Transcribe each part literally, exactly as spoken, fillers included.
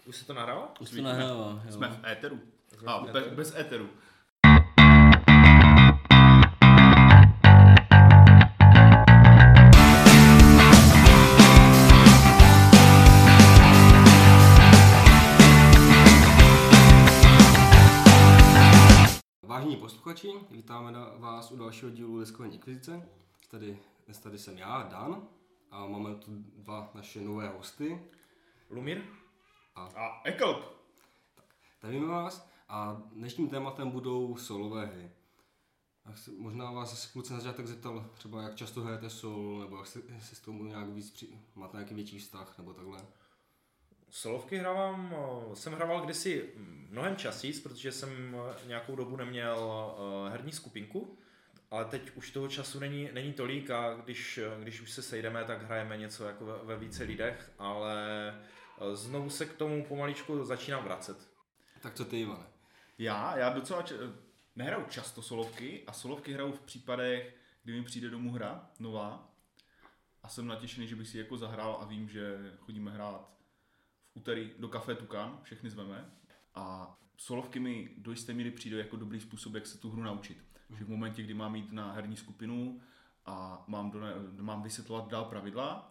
Už se to nahrává? Už se to nahrává, Jsme v éteru. A v bez, éteru. bez éteru. Vážení posluchači, vítáme na vás u dalšího dílu Deskové inkvizice. Tady, dnes tady jsem já, Dan, a máme tu dva naše nové hosty. Lumír? A, a Ekelp. Zdravíme vás a dnešním tématem budou solové hry. Jak se, možná vás kluci na začátek zeptal, třeba jak často hrajete solo, nebo jak se, se s tomu nějak víc při, máte nějaký větší vztah, nebo takhle. Solovky hrávám, jsem hrával kdysi mnohem častěji, protože jsem nějakou dobu neměl herní skupinku, ale teď už toho času není, není tolik a když, když už se sejdeme, tak hrajeme něco jako ve, ve více lidech, ale znovu se k tomu pomaličku začínám vracet. Tak co ty, Ivane? Já, já docela č- nehraju často solovky a solovky hraju v případech, kdy mi přijde domů hra nová a jsem natěšený, že bych si jako zahrál a vím, že chodíme hrát v úterý do Café Tukan, všechny zveme a solovky mi do jisté míry přijde jako dobrý způsob, jak se tu hru naučit. Mm. Že v momentě, kdy mám jít na herní skupinu a mám, do, mám vysvětlovat dál pravidla,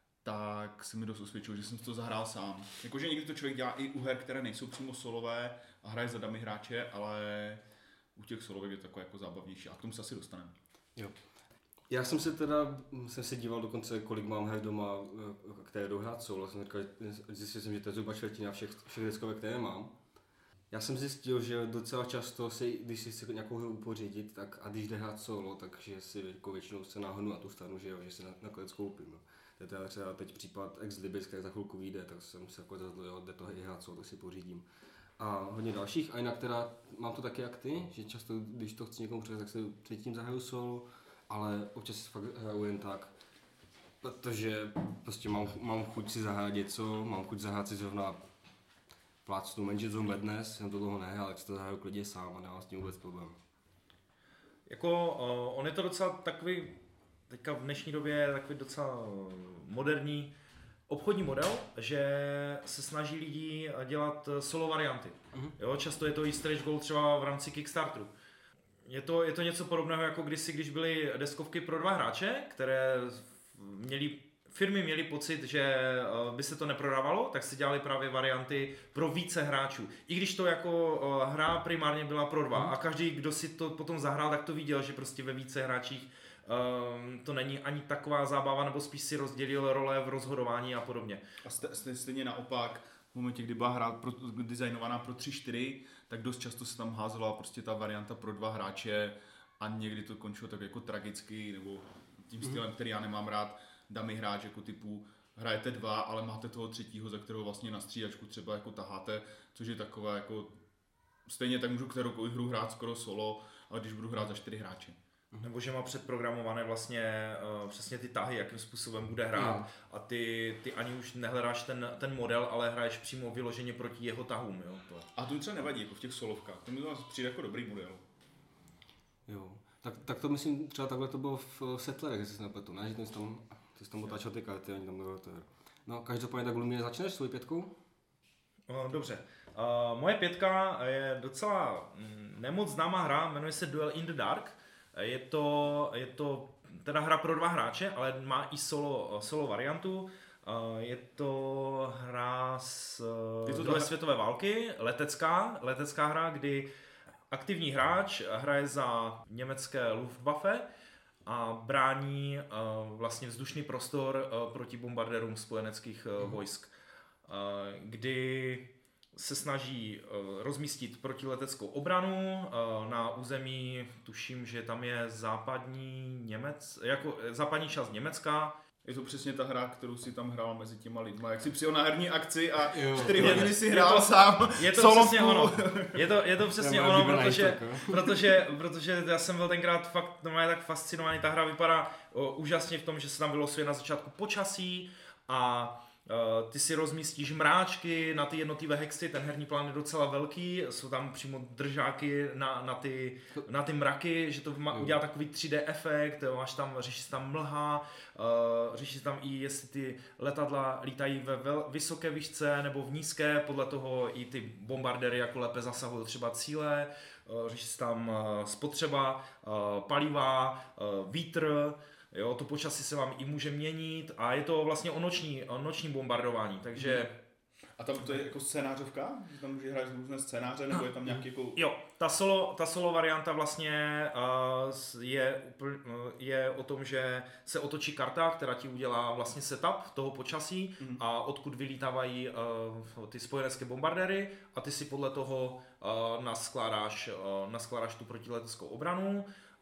tak se mi dost osvědčilo, že jsem to zahrál sám. Jakože někdy to člověk dělá i u her, které nejsou přímo solové a hraje za dummy hráče, ale u těch solovek je to takové jako zábavnější a k tomu se asi dostaneme. Jo. Já jsem se teda, jsem se díval dokonce, kolik mám her doma, které jdou hrát solo. Jsem říkal, zjistil jsem, že to je zhruba čtvrtina všech, všech deskovek, které mám. Já jsem zjistil, že docela často, si, když si chci nějakou hru pořídit, tak a když jde hrát solo, takže si jako většinou se náhodnu na tu stranu, že jo, že si na, nakonec koupím. No. To je teda třeba teď případ Ex Libris, který za chvilku vyjde, tak jsem se jako zazl, jo, jde to i hrát solo, tak si pořídím. A hodně dalších, a jinak teda mám to taky jak ty, že často, když to chci někomu přes, tak si předtím zahraju solo, ale občas si fakt hraju jen tak, protože prostě mám, mám chuť si zahrát něco, mám chuť zahrát si zrovna plácnu Mansion Zone Madness, jsem to dlouho nehrál, tak si to zahraju klidně sám a nemám s tím vůbec problém. Jako, uh, on je to docela takový, teďka v dnešní době je takový docela moderní obchodní model, že se snaží lidi dělat solo varianty. Mm-hmm. Jo, často je to i stretch goal třeba v rámci Kickstarteru. Je to, je to něco podobného jako kdysi, když byly deskovky pro dva hráče, které měli, firmy měly pocit, že by se to neprodávalo, tak si dělali právě varianty pro více hráčů. I když to jako hra primárně byla pro dva a každý, kdo si to potom zahrál, tak to viděl, že prostě ve více hráčích um, to není ani taková zábava, nebo spíš si rozdělil role v rozhodování a podobně. A st- stejně naopak, v momentě, kdy byla hra pro, designovaná pro tři čtyři, tak dost často se tam házela prostě ta varianta pro dva hráče a někdy to končilo tak jako tragicky, nebo tím stylem, který já nemám rád, dummy hráč jako typu hrajete dva, ale máte toho třetího, za kterého vlastně na střídačku třeba jako taháte, což je takové jako, stejně tak můžu kteroukoliv hru hrát skoro solo, ale když budu hrát za čtyři hráče. Nebo že má předprogramované vlastně uh, přesně ty tahy, jakým způsobem bude hrát, no. A ty, ty ani už nehledáš ten, ten model, ale hraješ přímo vyloženě proti jeho tahům. Jo, to. A to mi třeba nevadí, jako v těch solovkách, to mi to přijde jako dobrý model. Jo, tak, tak to myslím, třeba takhle to bylo v Settlerech, jestli se nepletu, ne? Že ty jsi tam, ty jsi tam otáčel ty karty, ani tam bylo to. No, každopádně tak Lumír, začneš svojí pětkou? Uh, dobře. Uh, moje pětka je docela nemoc známá hra, jmenuje se Duel in the Dark. Je to, je to teda hra pro dva hráče, ale má i solo, solo variantu. Je to hra z druhé světové války, letecká, letecká hra, kdy aktivní hráč hraje za německé Luftwaffe a brání vlastně vzdušný prostor proti bombardérům spojeneckých vojsk, kdy se snaží uh, rozmístit protileteckou obranu uh, na území, tuším, že tam je západní Němec, jako západní část Německa. Je to přesně ta hra, kterou si tam hrál mezi těma lidma, jak si přijel na herní akci a jo, čtyři je, hodiny si hrál je to, sám je to solovku. Přesně ono. Je to, je to přesně ono, protože, protože, protože já jsem byl tenkrát fakt normálně tak fascinovaný. Ta hra vypadá uh, úžasně v tom, že se tam vylosuje na začátku počasí a Uh, ty si rozmístíš mráčky na ty jednotlivé hexy, ten herní plán je docela velký, jsou tam přímo držáky na, na, ty, na ty mraky, že to má, udělá takový tři dé efekt, máš tam, řeší se tam mlha, uh, řeší se tam i jestli ty letadla lítají ve vel, vysoké výšce nebo v nízké, podle toho i ty bombardéry jako lépe zasahují třeba cíle, uh, řeší se tam uh, spotřeba, uh, paliva, uh, vítr. Jo, to počasí se vám i může měnit a je to vlastně o noční, o noční bombardování, takže... A tam to je jako scénářovka? Že tam může hrát různé scénáře, nebo je tam nějaký jako... Jo, ta solo, ta solo varianta vlastně uh, je, je o tom, že se otočí karta, která ti udělá vlastně setup toho počasí mm. a odkud vylítávají uh, ty spojenecké bombardéry a ty si podle toho uh, naskládáš, uh, naskládáš tu protileteckou obranu.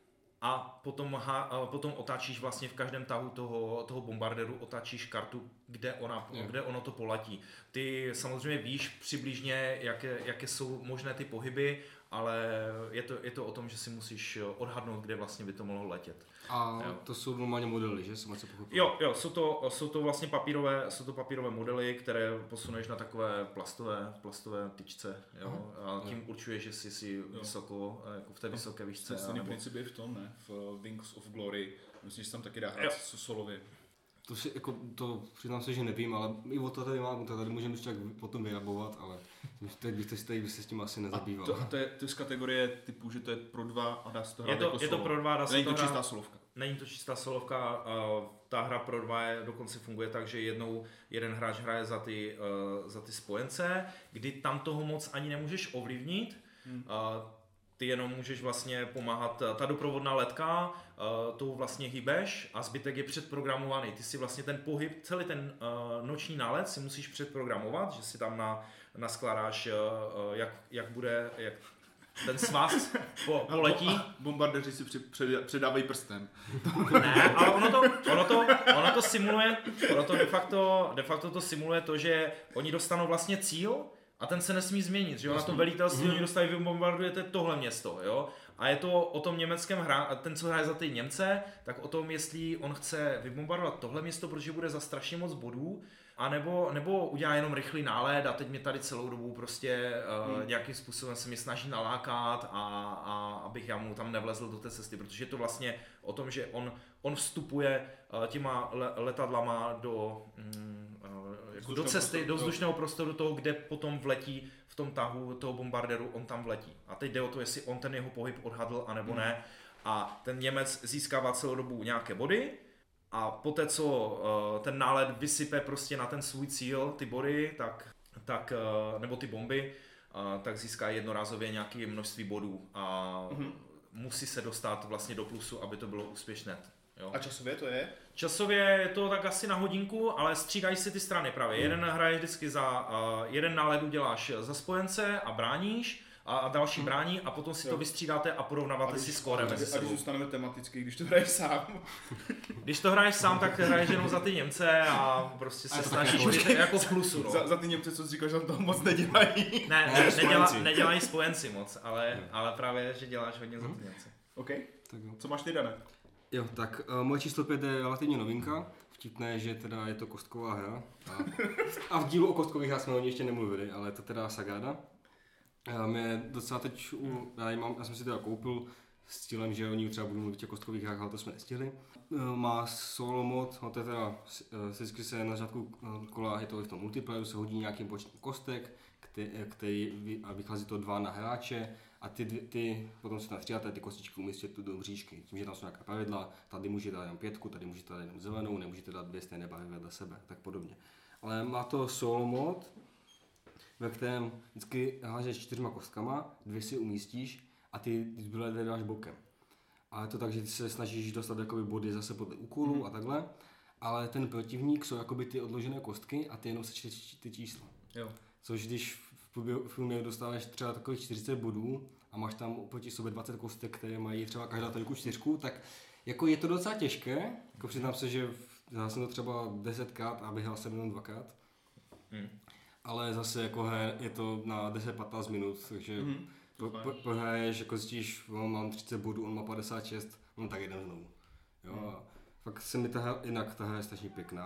A potom, ha, potom otáčíš vlastně v každém tahu toho, toho bombardéru, otáčíš kartu, kde, ona, yeah. kde ono to poletí. Ty samozřejmě víš přibližně, jaké, jaké jsou možné ty pohyby, ale je to, je to o tom, že si musíš odhadnout, kde vlastně by to mohlo letět. A jo. To jsou normálně modely, že? Jsem něco pochopil. Jo, jo, jsou to, jsou to vlastně papírové, jsou to papírové modely, které posuneš na takové plastové, plastové tyčce, jo, a tím jo. určuješ, že jsi si vysoko, jako v té vysoké výšce. Stejný nebo... princip je v tom, ne? V Wings of Glory, myslím, že tam taky dá hrát solově. To si, jako, to přiznám se, že nevím, ale i o to tady mám, to tady můžeme ještě potom vyrabovat, ale teď byste si, by se s tím asi nezabýval. A to, to, je, to je z kategorie typu, že to je pro dva a dá se to hrát je to, jako je solo. to pro dva, dá se Není to, to hrát, čistá solovka. Není to čistá solovka, uh, ta hra pro dva je, dokonce funguje tak, že jednou jeden hráč hraje za ty, uh, za ty spojence, kdy tam toho moc ani nemůžeš ovlivnit. Hmm. Uh, Ty jenom můžeš vlastně pomáhat, ta doprovodná letka, uh, tou vlastně hýbeš a zbytek je předprogramovaný. Ty si vlastně ten pohyb, celý ten uh, noční nálet si musíš předprogramovat, že si tam na, naskládáš, uh, jak, jak bude, jak ten svaz po, poletí. Bombardeři si před, předávají prstem. Ne, ale ono to, ono to, ono to simuluje, ono to de facto, de facto to simuluje to, že oni dostanou vlastně cíl, a ten se nesmí změnit, že jo, na tom velitelství mm-hmm. oni dostají, vy bombardujete tohle město, jo. A je to o tom německém hra, ten, co hraje za ty Němce, tak o tom, jestli on chce vybombardovat tohle město, protože bude za strašně moc bodů, a nebo, nebo udělá jenom rychlý nálet a teď mě tady celou dobu prostě uh, hmm. nějakým způsobem se mě snaží nalákat a, a abych já mu tam nevlezl do té cesty, protože je to vlastně o tom, že on, on vstupuje uh, těma le, letadlama do, um, uh, jako do cesty, prostoru, do vzdušného prostoru toho, kde potom vletí v tom tahu toho bombardéru, on tam vletí. A teď jde o to, jestli on ten jeho pohyb odhadl, anebo hmm. ne. A ten Němec získává celou dobu nějaké body, a poté, co uh, ten nálet vysype prostě na ten svůj cíl, ty body, tak, tak, uh, nebo ty bomby, uh, tak získá jednorázově nějaké množství bodů a mm-hmm. musí se dostat vlastně do plusu, aby to bylo úspěšné. Jo. A časově to je? Časově je to tak asi na hodinku, ale střídají si ty strany právě. Mm. Jeden hraje vždycky za, uh, jeden nálet uděláš za spojence a bráníš, a další hmm. brání a potom si jo. to vystřídáte a porovnáváte a si skóre mezi sebou. A když zůstaneme tematicky, když to hraješ sám. Když to hraješ sám, tak hraješ jenom za ty Němce a prostě se snažíš být jako v plusu. No. Za, za ty Němce, co jsi říkal, že tam toho moc nedělají. Ne, ne neděla, nedělají spojenci moc, ale, ale právě, že děláš hodně hmm. za ty Němce. OK, tak jo. Co máš ty, Dane? Jo, tak uh, moje číslo pět je relativně novinka. Vtipné, že teda je to kostková hra. A, a v dílu o kostkových hrách jsme o ní ještě nemluvili, ale je to teda Sagada. Mě docela teď, u, já, mám, já jsem si teda koupil s cílem, že o ní třeba budu mluvit o kostkových hrách, ale to jsme nestihli. Má solo mod, no to je teda, vždycky se na řádku kola, je to v tom multiplayeru, se hodí nějakým počtem kostek, který, který a vychází to dva na hráče a ty, ty potom se tam střídáte, ty kostičky umístíte do bříšky, tím, že tam jsou nějaká pravidla, tady můžete dát jenom pětku, tady můžete dát jenom zelenou, nemůžete dát dvě stejné barvy vedle sebe, tak podobně. Ale má to solo mod, ve kterém vždycky hážeš čtyřma kostkama, dvě si umístíš a ty zbylé dvě dáš bokem. A je to tak, že ty se snažíš dostat jakoby body zase podle úkolů mm. a takhle, ale ten protivník jsou jakoby ty odložené kostky a ty jenom sečteš ty čísla. Jo. Což když v průměru dostáváš třeba takových čtyřicet bodů a máš tam oproti sobě dvacet kostek, které mají třeba každá trojku čtyřku, tak jako je to docela těžké. Jako přiznám se, že já jsem to třeba desetkrát a vyhrál jsem jenom dvakrát. Mm. Ale zase jako je to na deset patnáct minut, takže mm-hmm. prohraješ, jako zjistíš, on mám třicet bodů, on má padesát šest, no tak jeden znovu. Jo, mm. a fakt se mi ta hra, jinak ta hra je strašně pěkná.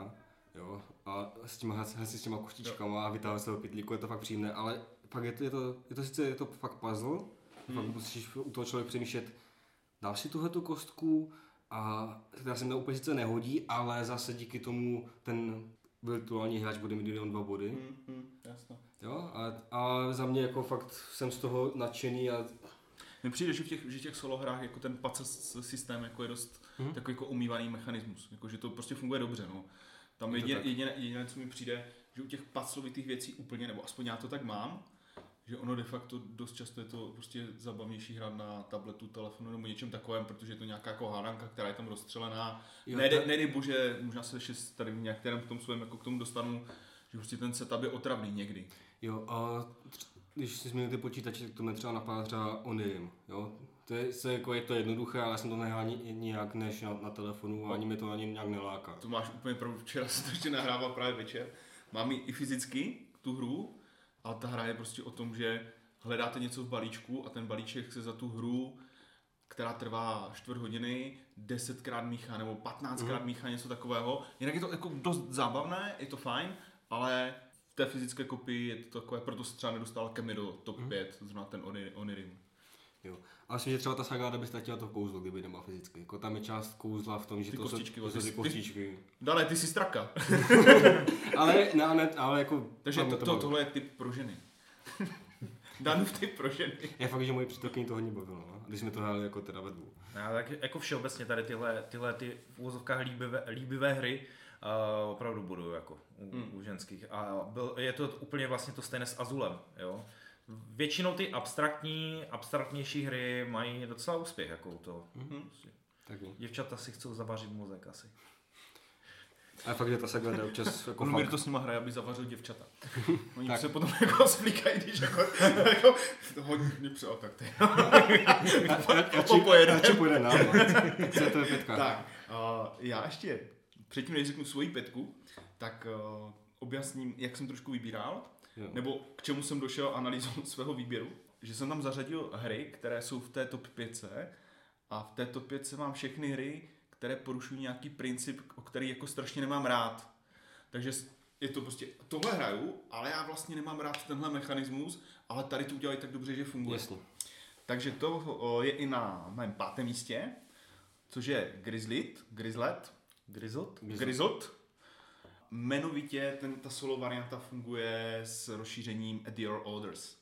jo, a s těma, hrát si s těma koštičkama a vytáhnout z toho pytlíku, je to fakt příjemné, ale pak je to, je to, je to sice je to fakt puzzle, hmm. fakt musíš u toho člověk přemýšlet, dám si tuhletu kostku a která se mi úplně sice nehodí, ale zase díky tomu ten virtuální hráč bude mít jenom dva body. Hmm, hmm, jasno. Jo, a, a za mě jako fakt jsem z toho nadšený a mně přijde, že v těch, že v těch solo hrách jako ten puzzle systém jako je dost hmm. takový jako umývaný mechanismus, jako, že to prostě funguje dobře. No. Tam jediné, jediné, jediné, co mi přijde, že u těch puzzlovitých věcí úplně, nebo aspoň já to tak mám, že ono de facto dost často je to prostě zabavnější hrát na tabletu, telefonu nebo něčem takovém, protože je to nějaká jako hádanka, která je tam rozstřelená. Nejde, nejde bože, možná se ještě tady v některém v tom svém jako k tomu dostanu, že prostě ten setup je otravný někdy. Jo, a když si změnil ty počítače, tak to mě třeba napadá třeba Onirim, jo. To je, se, jako je to jednoduché, ale já jsem to nehrál nijak než na, na telefonu a ani mě to ani nějak neláká. To máš úplně pravdu, včera jsem to ještě nahrával právě večer. Mám ji i fyzicky, tu hru, ale ta hra je prostě o tom, že hledáte něco v balíčku a ten balíček se za tu hru, která trvá čtvrt hodiny, desetkrát míchá nebo patnáctkrát mm. míchá něco takového. Jinak je to jako dost zábavné, je to fajn, ale v té fyzické kopii je to takové, proto se třeba nedostal Kemi do top mm. pět, zrovna ten Onirim. Jo. A myslím, že třeba ta Sagrada by ztratila to kouzlo, kdyby nebyla fyzicky. Jako tam je část kouzla v tom, že ty to kostičky, jsou ty kostičky. Dále, ty jsi straka. ale, ne, ne, ale jako... Takže to, to, tohle je typ pro ženy. Danův typ pro ženy. Je fakt, že moji přítelkyni to hodně bavilo, no? Když jsme to hráli jako teda ve dvou. No, tak jako všeobecně tady tyhle, tyhle ty v úvozovkách líbivé, líbivé hry uh, opravdu budou jako u, hmm. u ženských. A byl, je to úplně vlastně to stejné s Azulem, jo. Většinou ty abstraktní, abstraktnější hry mají docela úspěch, jako to. Mm-hmm. Děvčata si chcou zavařit mozek asi. A fakt, že ta Sagrada občas jako Lumír to s nima hraje, aby zavařil děvčata. Oni tak. se potom jako splíkají, když jako, jako to hodně přijel, tak ty. Radši pojede nám. Co to je pětka? Tak, uh, já ještě, předtím než řeknu svoji pětku, tak uh, objasním, jak jsem trošku vybíral. Jo. Nebo k čemu jsem došel analýzou svého výběru, že jsem tam zařadil hry, které jsou v té top pětce a v té top pětce mám všechny hry, které porušují nějaký princip, o který jako strašně nemám rád. Takže je to prostě, tohle hraju, ale já vlastně nemám rád tenhle mechanismus, ale tady to udělají tak dobře, že funguje. Jasně. Takže to je i na mém pátém místě, což je Grizzled, Grizzled, Grizzled, Grizzled. Jmenovitě ten, ta solo varianta funguje s rozšířením At Your Orders.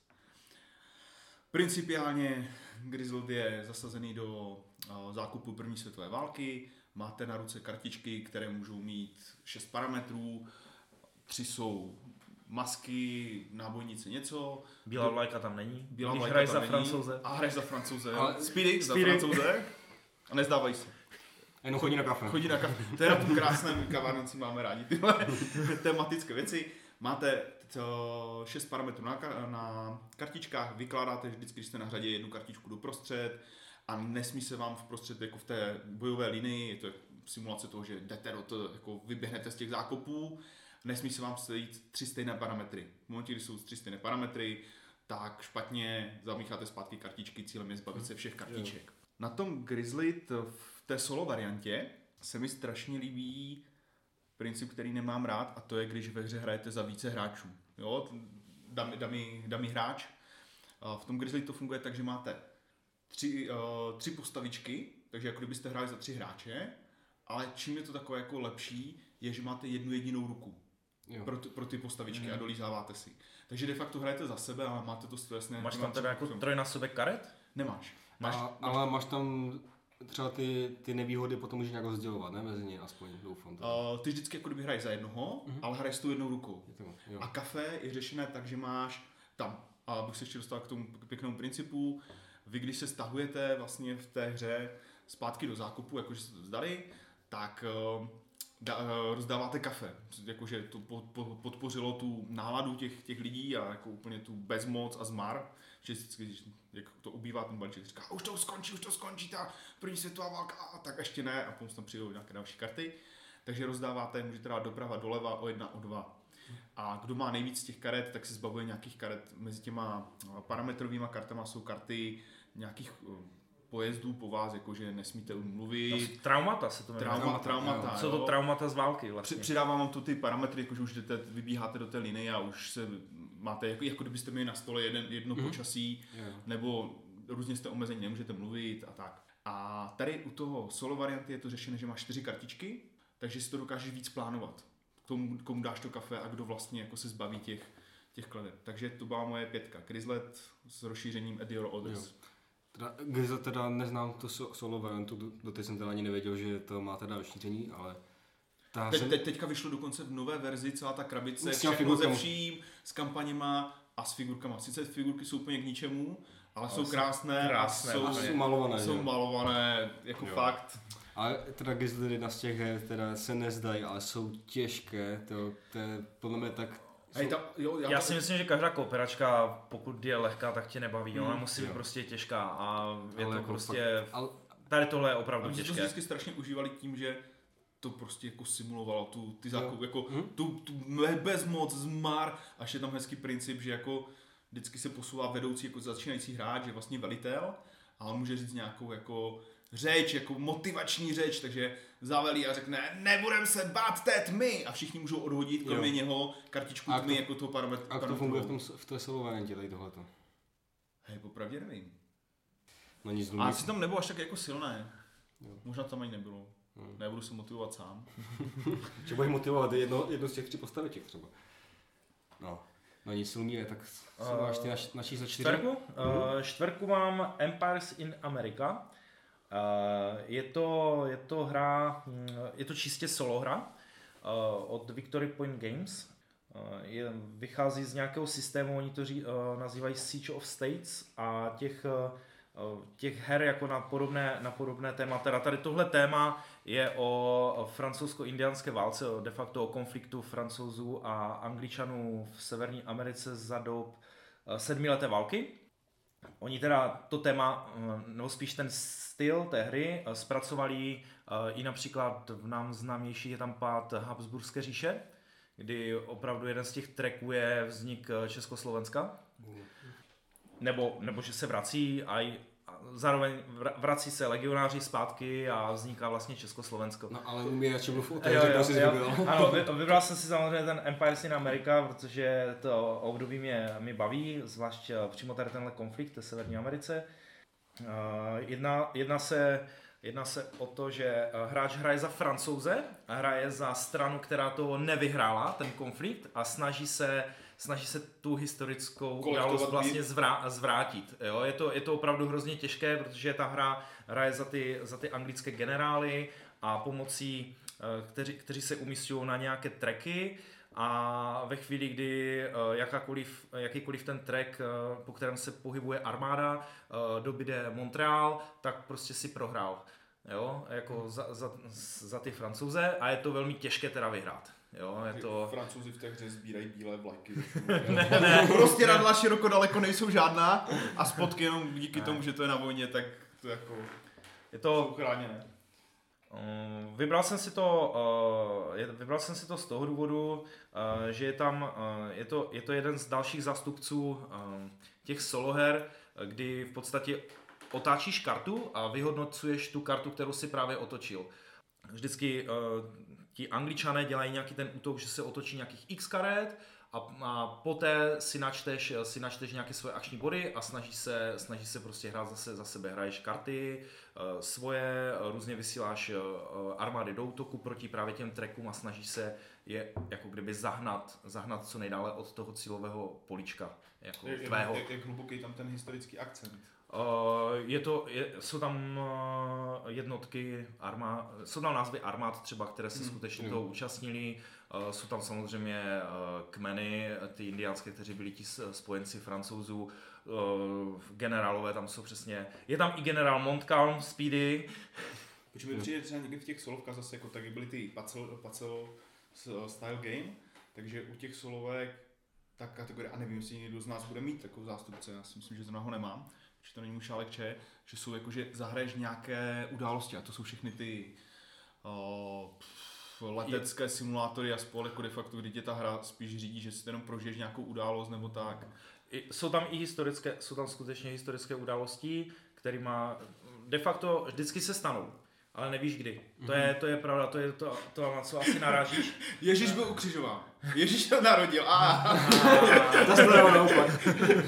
Principiálně Grizzled je zasazený do uh, zákupu první světové války, máte na ruce kartičky, které můžou mít šest parametrů, tři jsou masky, nábojnice něco. Bílá vlajka tam není, Bílá když hraješ za Francouze. A hraješ za Francouze, Ale Speedy za Francouze a nezdávají se. Jenom chodí na kafe. Chodí na kafe. To je na tom krásném kavárnici, máme rádi tyhle tematické věci. Máte to šest parametrů na, na kartičkách, vykládáte vždycky, když jste na řadě, jednu kartičku doprostřed a nesmí se vám vprostřed jako v té bojové linii, je to simulace toho, že jdete do toho, jako vyběhnete z těch zákopů, nesmí se vám sejít tři stejné parametry. V momentě, kdy jsou tři stejné parametry, tak špatně zamícháte zpátky kartičky, cílem je zbavit se všech kartiček. Na tom Grizzled v té solo variantě se mi strašně líbí princip, který nemám rád, a to je, když ve hře hrajete za více hráčů. Jo, dummy, dummy, dummy hráč. V tom Grizzled to funguje tak, že máte tři, uh, tři postavičky, takže jako kdybyste hráli za tři hráče, ale čím je to takové jako lepší, je, že máte jednu jedinou ruku pro, t- pro ty postavičky mm. a dolízáváte si. Takže de facto hrajete za sebe a máte to jasné. Máš tam teda jako trojnásobek karet? Nemáš. Máš, a, máš ale máš tam třeba ty, ty nevýhody potom můžeš nějak rozdělovat, ne? Mezi ně aspoň, doufám. Uh, ty vždycky jako kdyby hraješ za jednoho, mm-hmm. ale hraješ s tou jednou rukou. To, jo. A kafe je řešené tak, že máš tam, a abych se ještě dostal k tomu pěknému principu, vy když se stahujete vlastně v té hře zpátky do zákupu, jakože se to vzdali, tak uh, da, uh, rozdáváte kafe, jakože to po, po, podpořilo tu náladu těch, těch lidí a jako úplně tu bezmoc a zmar, že vždycky, když jak to ubývá ten balíček, říká, už to skončí, už to skončí, ta první světová válka, a tak ještě ne, a potom tam přijdou nějaké další karty, takže rozdáváte, můžete dát doprava, doleva, o jedna, o dva. A kdo má nejvíc těch karet, tak se zbavuje nějakých karet. Mezi těma parametrovými kartama jsou karty nějakých pojezdů po vás, jakože nesmíte mluvit. No, traumata se to jmenuje. Trauma, traumata, Co to traumata z války vlastně? Při, přidávám vám tu ty parametry, jakože už jdete, vybíháte do té linie a už se máte, jako, jako kdybyste měli na stole jeden, jedno mm. počasí, yeah. nebo různě jste omezení, nemůžete mluvit a tak. A tady u toho solo varianty je to řešené, že máš čtyři kartičky, takže si to dokážeš víc plánovat. Komu, komu dáš to kafe a kdo vlastně jako se zbaví těch, těch kladeb. Takže to byla moje pětka. Quizlet s rozšířením At Your Orders. Teda, Quizlet teda neznám to solo variantu, doteď jsem teda ani nevěděl, že to má teda rozšíření, ale... Teď, jsem... teď, teďka vyšlo dokonce v nové verzi celá ta krabice, všechno ze vším, s kampaněma a s figurkama. Sice figurky jsou úplně k ničemu, ale, ale jsou krásné, krásné a jsou, a jsou malované. Jsou malované, jako jo. Fakt. Ale teda Quizlet jedna z těch her, teda se nezdají, ale jsou těžké, to, to je podle mě tak... Hej, ta, jo, já, já si myslím, že každá kooperačka, pokud je lehká, tak tě nebaví, hmm, ona musí být jo. prostě těžká a je ale to jako prostě... Fakt, ale... Tady tohle je opravdu ale těžké. Ale to vždycky strašně užívali tím, že to prostě jako simulovalo tu, ty zákupy, jako hmm? tu, tu bezmoc, zmar, až je tam hezký princip, že jako vždycky se posouvá vedoucí jako začínající hráč, že vlastně velitel a on může říct nějakou jako řeč, jako motivační řeč, takže zavelí a řekne nebudem se bát té tmy a všichni můžou odhodit kromě jo. něho kartičku tmy to, jako toho parametru. A to funguje v, tom, v té solo variantě tady tohleto? Hej, popravdě nevím. No nic a asi tam nebylo až tak jako silné. Jo. Možná tam ani nebylo. Hmm. Nebudu se motivovat sám. Že budeš motivovat jedno, jedno z těch tři postaviček třeba. No. No nic, Lumíre, tak co máš ty na, na číslo čtyři? Čtvrku? Mm-hmm. Uh, čtvrku mám Empires in America. Uh, je, to, je to hra, je to čistě solo hra uh, od Victory Point Games. Uh, je, vychází z nějakého systému, oni to ří, uh, nazývají Siege of States a těch, uh, těch her jako na podobné, na podobné téma. Teda tady tohle téma je o francouzsko-indiánské válce, de facto o konfliktu Francouzů a Angličanů v Severní Americe za dob sedmileté války. Oni teda to téma, nebo spíš ten styl té hry, zpracovali i například v nám známější je tam pád Habsburské říše, kdy opravdu jeden z těch tracků je vznik Československa. Nebo, nebo že se vrací a zároveň vrací se legionáři zpátky a vzniká vlastně Československo. No ale mi radši mluv o tom, že to si vybral. Ano, vybral jsem si samozřejmě ten Empires in America, protože to období mě, mě baví, zvlášť přímo tady tenhle konflikt v Severní Americe. Jedna, jedna, se, jedna se o to, že hráč hraje za Francouze, hraje za stranu, která to nevyhrála, ten konflikt, a snaží se snaží se tu historickou událost vlastně zvrá, zvrátit. Jo? Je, to, je to opravdu hrozně těžké, protože ta hra hraje za ty, za ty anglické generály a pomocí, kteří, kteří se umísťují na nějaké tracky a ve chvíli, kdy jakákoliv, jakýkoliv ten track, po kterém se pohybuje armáda, dobyde Montreal, tak prostě si prohrál. Jo? Jako za, za, za ty Francouze a je to velmi těžké teda vyhrát. Jo, je to... Francouzi v té hře sbírají bílé vlajky. ne, ne, prostě radla široko daleko nejsou žádná a spotky jenom díky ne. tomu, že to je na vojně, tak to jako je to jsou chráněné. Um, vybral jsem si to, uh, vybral jsem si to z toho důvodu, uh, že je tam, uh, je to, je to jeden z dalších zástupců uh, těch soloher, kdy v podstatě otáčíš kartu a vyhodnocuješ tu kartu, kterou si právě otočil. Vždycky uh, ti Angličané dělají nějaký ten útok, že se otočí nějakých x karet a, a poté si načteš, si načteš nějaké svoje akční body a snaží se, snaží se prostě hrát zase za sebe. Hraješ karty uh, svoje, různě vysíláš uh, armády do útoku proti právě těm trackům a snažíš se je jako kdyby zahnat, zahnat co nejdále od toho cílového políčka. Jako je, tvého. Jak, jak hluboký tam ten historický akcent? Uh, je to, je, jsou tam uh, jednotky armád, jsou tam názvy armád třeba, které se mm, skutečně mm. toho účastnili, uh, jsou tam samozřejmě uh, kmeny, ty indiánské, kteří byli ti spojenci Francouzů, uh, generálové tam jsou přesně, je tam i generál Montcalm, Speedy. Počkej, mi přijde třeba někdy v těch solovkách zase jako taky byly ty pacel, pacel style game, takže u těch solovek ta kategorie, a nevím, jestli někdo z nás bude mít takovou zástupce, já si myslím, že to ho nemám, že to není můj šálek če, že jsou jako, že zahraješ nějaké události a to jsou všechny ty o, pff, letecké simulátory a spol, jako de facto, kdy tě ta hra spíš řídí, že si jenom prožiješ nějakou událost nebo tak. Jsou tam i historické, jsou tam skutečně historické události, kterýma de facto vždycky se stanou, ale nevíš kdy. To je, to je pravda, to je to, to na co asi narážíš. Ježíš byl ukřižován. Ježíš se narodil. Ah. To se dalo naopak.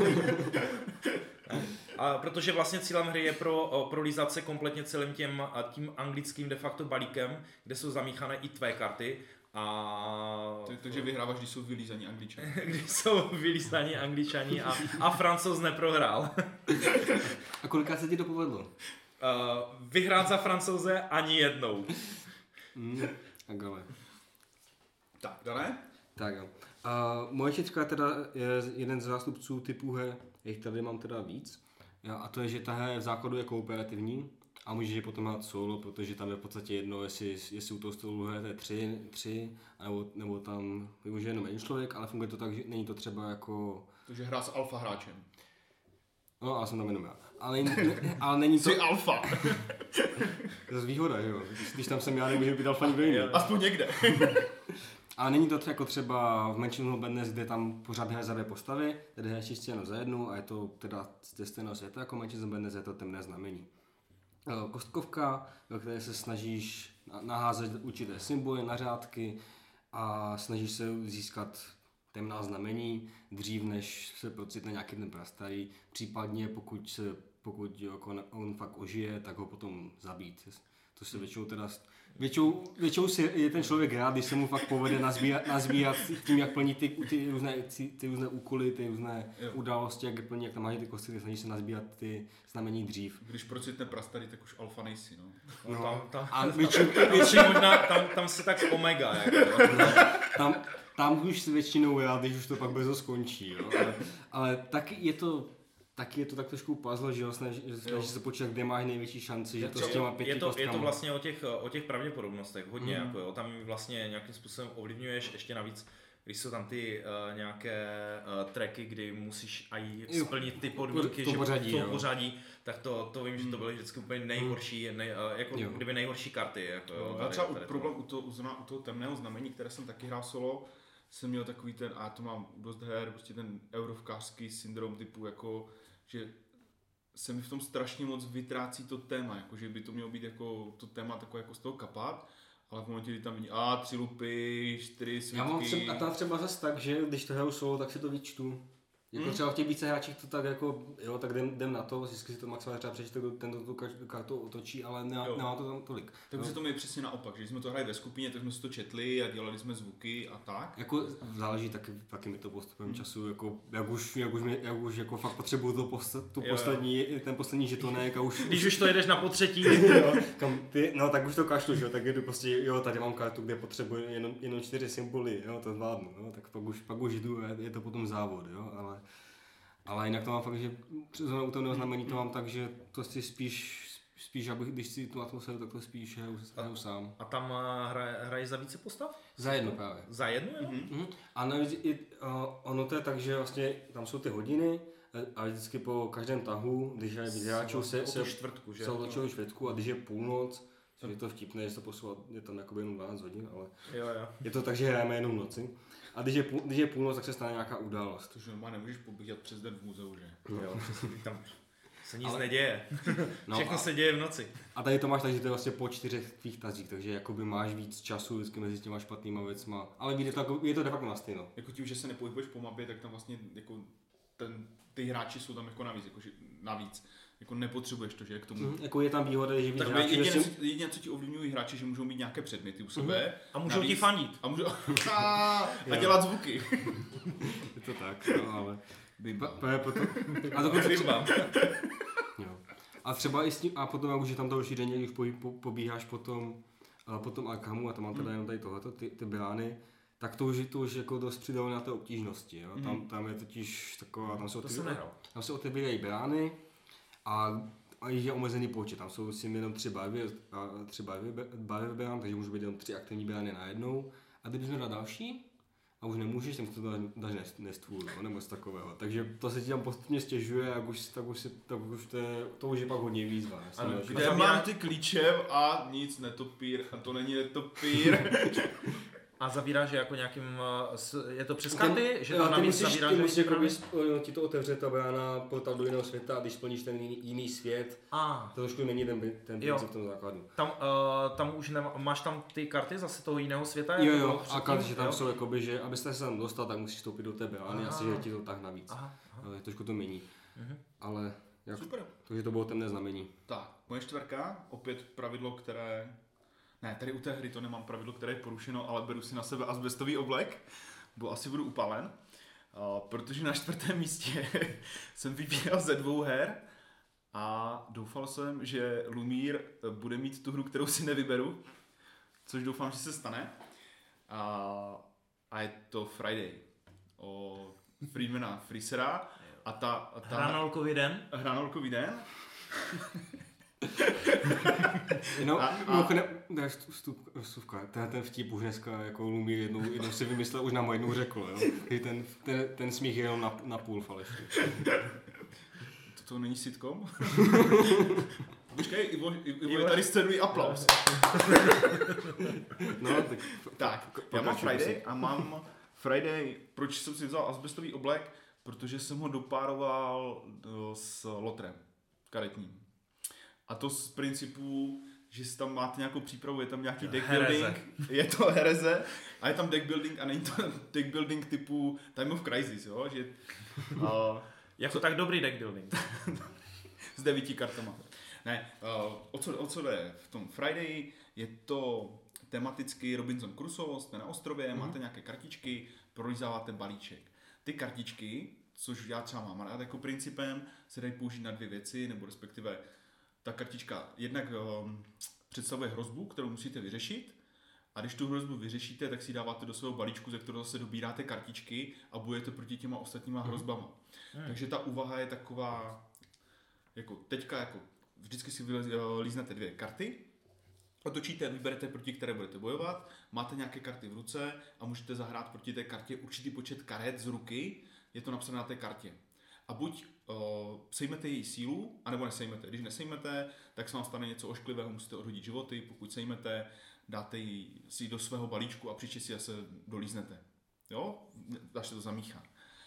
A protože vlastně cílem hry je pro, prolízat se kompletně celým tím, tím anglickým de facto balíkem, kde jsou zamíchané i tvé karty. A... Takže vyhráváš, když jsou vylízaní Angličani. Když jsou vylízaní Angličani a, a Francouz neprohrál. A kolikrát se ti to povedlo? Uh, vyhrát za Francouze ani jednou. Mm, tak ale. Tak, Dané? Tak jo. A moje čečka teda je jeden z zástupců typu her, jich tady mám teda víc. A to je, že ta hra v základu je kooperativní a můžeš je potom hrát solo, protože tam je v podstatě jedno, jestli, jestli u toho stolu hrajete tři, tři nebo, nebo tam je jenom jeden člověk, ale funguje to tak, že není to třeba jako... Takže hrá s alfa hráčem. No, ale jsem tam jenom já. Ale, ne, ale není to... Jsi alfa. To je výhoda, že jo? Když, když tam jsem já, nemůžu být alfa nikdo jiný. Aspoň někde. Ale není to jako třeba v Mansion of Madness, kde tam pořád hraje za dvě postavy, tady hraje čistě jenom za jednu a je to teda ze stejného světa jako Mansion of Madness, je to temné znamení. Kostkovka, ve které se snažíš naházet určité symboly na řádky a snažíš se získat temná znamení dřív, než se procitne nějaký ten prastarý, případně pokud, se, pokud jako on fakt ožije, tak ho potom zabít. To se většinou teda... Většinou, většinou si je ten člověk rád, když se mu fakt povede nazbírat, nazbírat tím, jak plní ty, ty, různé, ty, ty různé úkoly, ty různé jo. události, jak plní, jak tam máš ty kostky, snaží se nazbírat ty znamení dřív. Když procitne prastarý, tak už alfa nejsi, no. No, tam, tam, a většinou, většinou možná, tam, tam se tak omega, jako. No, tam, tam už si většinou rád, když už to pak brzo skončí, jo. Ale, ale tak je to... Taky je to tak trošku puzzle, že jo, snaží, snaží se počítat, kde máš největší šanci, že to s těma pěti je to, kostkama. Je to vlastně o těch, o těch pravděpodobnostech, hodně, mm. jako jo, tam vlastně nějakým způsobem ovlivňuješ ještě navíc, když jsou tam ty uh, nějaké uh, tracky, kdy musíš aj splnit ty podmínky, to, to pořadí, že to pořadí, tak to, to vím, že to byly vždycky úplně nejhorší, nej, uh, jako jo. kdyby nejhorší karty, jako jo. Tady, třeba tady problém u toho, u toho temného znamení, které jsem taky hrál solo, jsem měl takový ten, a to mám dost her, prostě ten eurovkářský syndrom typu jako, že se mi v tom strašně moc vytrácí to téma, jako že by to mělo být jako to téma takové jako z toho kapat, ale v momentě, kdy tam vidí a tři lupy, čtyři svítky. Já mám třeba, a tam třeba zase tak, že když to hraju solo, tak si to vyčtu. Jako hmm. třeba v těch více hráčích to tak jako, jo, tak jdem, jdem na to, vždycky si to maximálně třeba přečte, ten tu kartu otočí, ale nemá, nemá to tam tolik. Takže se to mi přesně naopak, že když jsme to hráli ve skupině, tak jsme si to četli a dělali jsme zvuky a tak. Jako záleží taky, taky mi to postupem hmm. času, jako jak už, jak už, mě, jak už jako fakt potřebuju to post, tu jo, poslední, jo. ten poslední žetonek a už... Když už to jedeš na potřetí. Jo, kam ty, no tak už to kašlu, že jo, tak jdu prostě, jo, tady mám kartu, kde potřebuji jenom, jenom čtyři symboly, jo, to zvládnu, jo, tak pak už, pak už jdu, je to potom závod, jo, ale... Ale jinak to mám fakt, že zrovna u toho znamení to mám tak, že to si spíš, spíš abych, když si tu atmosféru, tak to spíš hraju, hraju sám. A tam hraje, hraješ za více postav? Za jedno právě. Za jedno, jo? Mm-hmm. A navíc i, uh, ono to je tak, že vlastně tam jsou ty hodiny a vždycky po každém tahu, když je víc hráčů, se, se, čtvrtku, že? se otočilo čtvrtku a když je půlnoc, je to vtipné, že se to posouvá, je tam jakoby jenom dvanáct hodin, ale jo, jo. je to tak, že hrajeme jenom v noci. A když je, půl, když je půlnoc, tak se stane nějaká událost. Takže normálně nemůžeš pobíhat přes den v muzeu, že? No. Jo, přesně, tam se nic ale... neděje. No Všechno a... se děje v noci. A tady to máš tak, že to je vlastně po čtyřech tvých tazích, takže jakoby máš víc času vždycky mezi těma špatnýma věcma. Ale je to, jako, je to de facto na stejno. Jako tím, že se nepohybuješ po mapě, tak tam vlastně jako ten, ty hráči jsou tam jako navíc, jako, že navíc. Jako nepotřebuješ to, že k tomu. Mm, jako je tam výhoda, že víc hráči... Jediné, si... jediné, co ti ovlivňují hráči, že můžou mít nějaké předměty u sebe. Mm. A můžou navíc, ti fandit. A, můžou... a dělat zvuky. Je to tak, no, ale... Bimba. Potom... A dokonce Bimba. Jo. A třeba i s tím, a potom, jak už je tam to rozšíření, když po, po, pobíháš potom, potom Arkhamu, a tam mám teda jenom tady tohleto, ty, ty brány, tak to už, to už jako dost přidalo na té obtížnosti, jo. Mm. Tam, tam je totiž taková, tam jsou, ty, tam se otevírají brány a, a je omezený počet, tam jsou si jenom tři barvy, a tři barvy, barvy brán, takže můžou být jenom tři aktivní brány najednou. A kdybychom dal další, a už nemůžeš, tak to dáš nestvůl, no, nebo z takového. Takže to se ti tam postupně stěžuje, a už, tak už, si, tak už to, je, to už je pak hodně výzva. Ano, kde mám ty klíče a nic netopír, a to není netopír. A zavíráš jako nějakým, je to přes karty, Ten, že to ty navíc musíš, zavíráš? ty musíš jakoby, ti to otevře ta brána portál do jiného světa a když splníš ten jiný, jiný svět, ah. to trošku není ten, ten princip v tom základu. Tam, uh, tam už nema, máš tam ty karty zase toho jiného světa? Jo, jo, a karty, že tam jo? jsou jakoby, že abyste se tam dostal, tak musíš vstoupit do té brány, asi, že ti to tak navíc. Aha, aha. Ale trošku to mění. Uh-huh. Ale jak, super. Takže to bylo temné znamení. Tak, moje čtvrka, opět pravidlo, které... Ne, tady u té hry to nemám pravidlo, které je porušeno, ale beru si na sebe azbestový oblek, bo asi budu upalen, uh, protože na čtvrtém místě jsem vybíral ze dvou her a doufal jsem, že Lumír bude mít tu hru, kterou si nevyberu, což doufám, že se stane. A, a je to Friday o Friedmana Freesera a ta... A ta Hranolkový den? Hranolkový den. No, a, a... Ne, vstup, vstupka, ten, ten vtip už dneska jako Lumír jednou, jednou si vymyslel, už nám jednou řekl, jo. Ten, ten, ten smích je jenom na, na půl falešný. To, to není sitcom? Počkej, Ivo, Ivo je tady scénují aplaus. No, tak, tak já mám Friday a mám Friday, proč jsem si vzal azbestový oblek? Protože jsem ho dopároval s lotrem karetním. A to z principu, že si tam máte nějakou přípravu, je tam nějaký deck building, je to hereze a je tam deck building a není to deck building typu Time of Crisis, jo, že... Uh, jako co, tak dobrý deck building. S devíti kartama. Ne, uh, o, co, o co jde v tom Friday, je to tematicky Robinson Crusoe, jste na ostrově, mm-hmm. máte nějaké kartičky, prolízáváte balíček. Ty kartičky, což já třeba mám rád jako principem, se dají použít na dvě věci, nebo respektive ta kartička jednak um, představuje hrozbu, kterou musíte vyřešit, a když tu hrozbu vyřešíte, tak si dáváte do svého balíčku, ze kterého zase dobíráte kartičky a bojujete proti těma ostatníma hrozbama. Mm. Takže ta úvaha je taková, jako teďka jako vždycky si vylíznete dvě karty, otočíte, vyberete, proti které budete bojovat, máte nějaké karty v ruce a můžete zahrát proti té kartě určitý počet karet z ruky, je to napsané na té kartě. A buď uh, sejmete její sílu, anebo nesejmete. Když nesejmete, tak se vám stane něco ošklivého, musíte odhodit životy, pokud sejmete, dáte ji si do svého balíčku a příště si se dolíznete. Jo? Až se to zamíchá.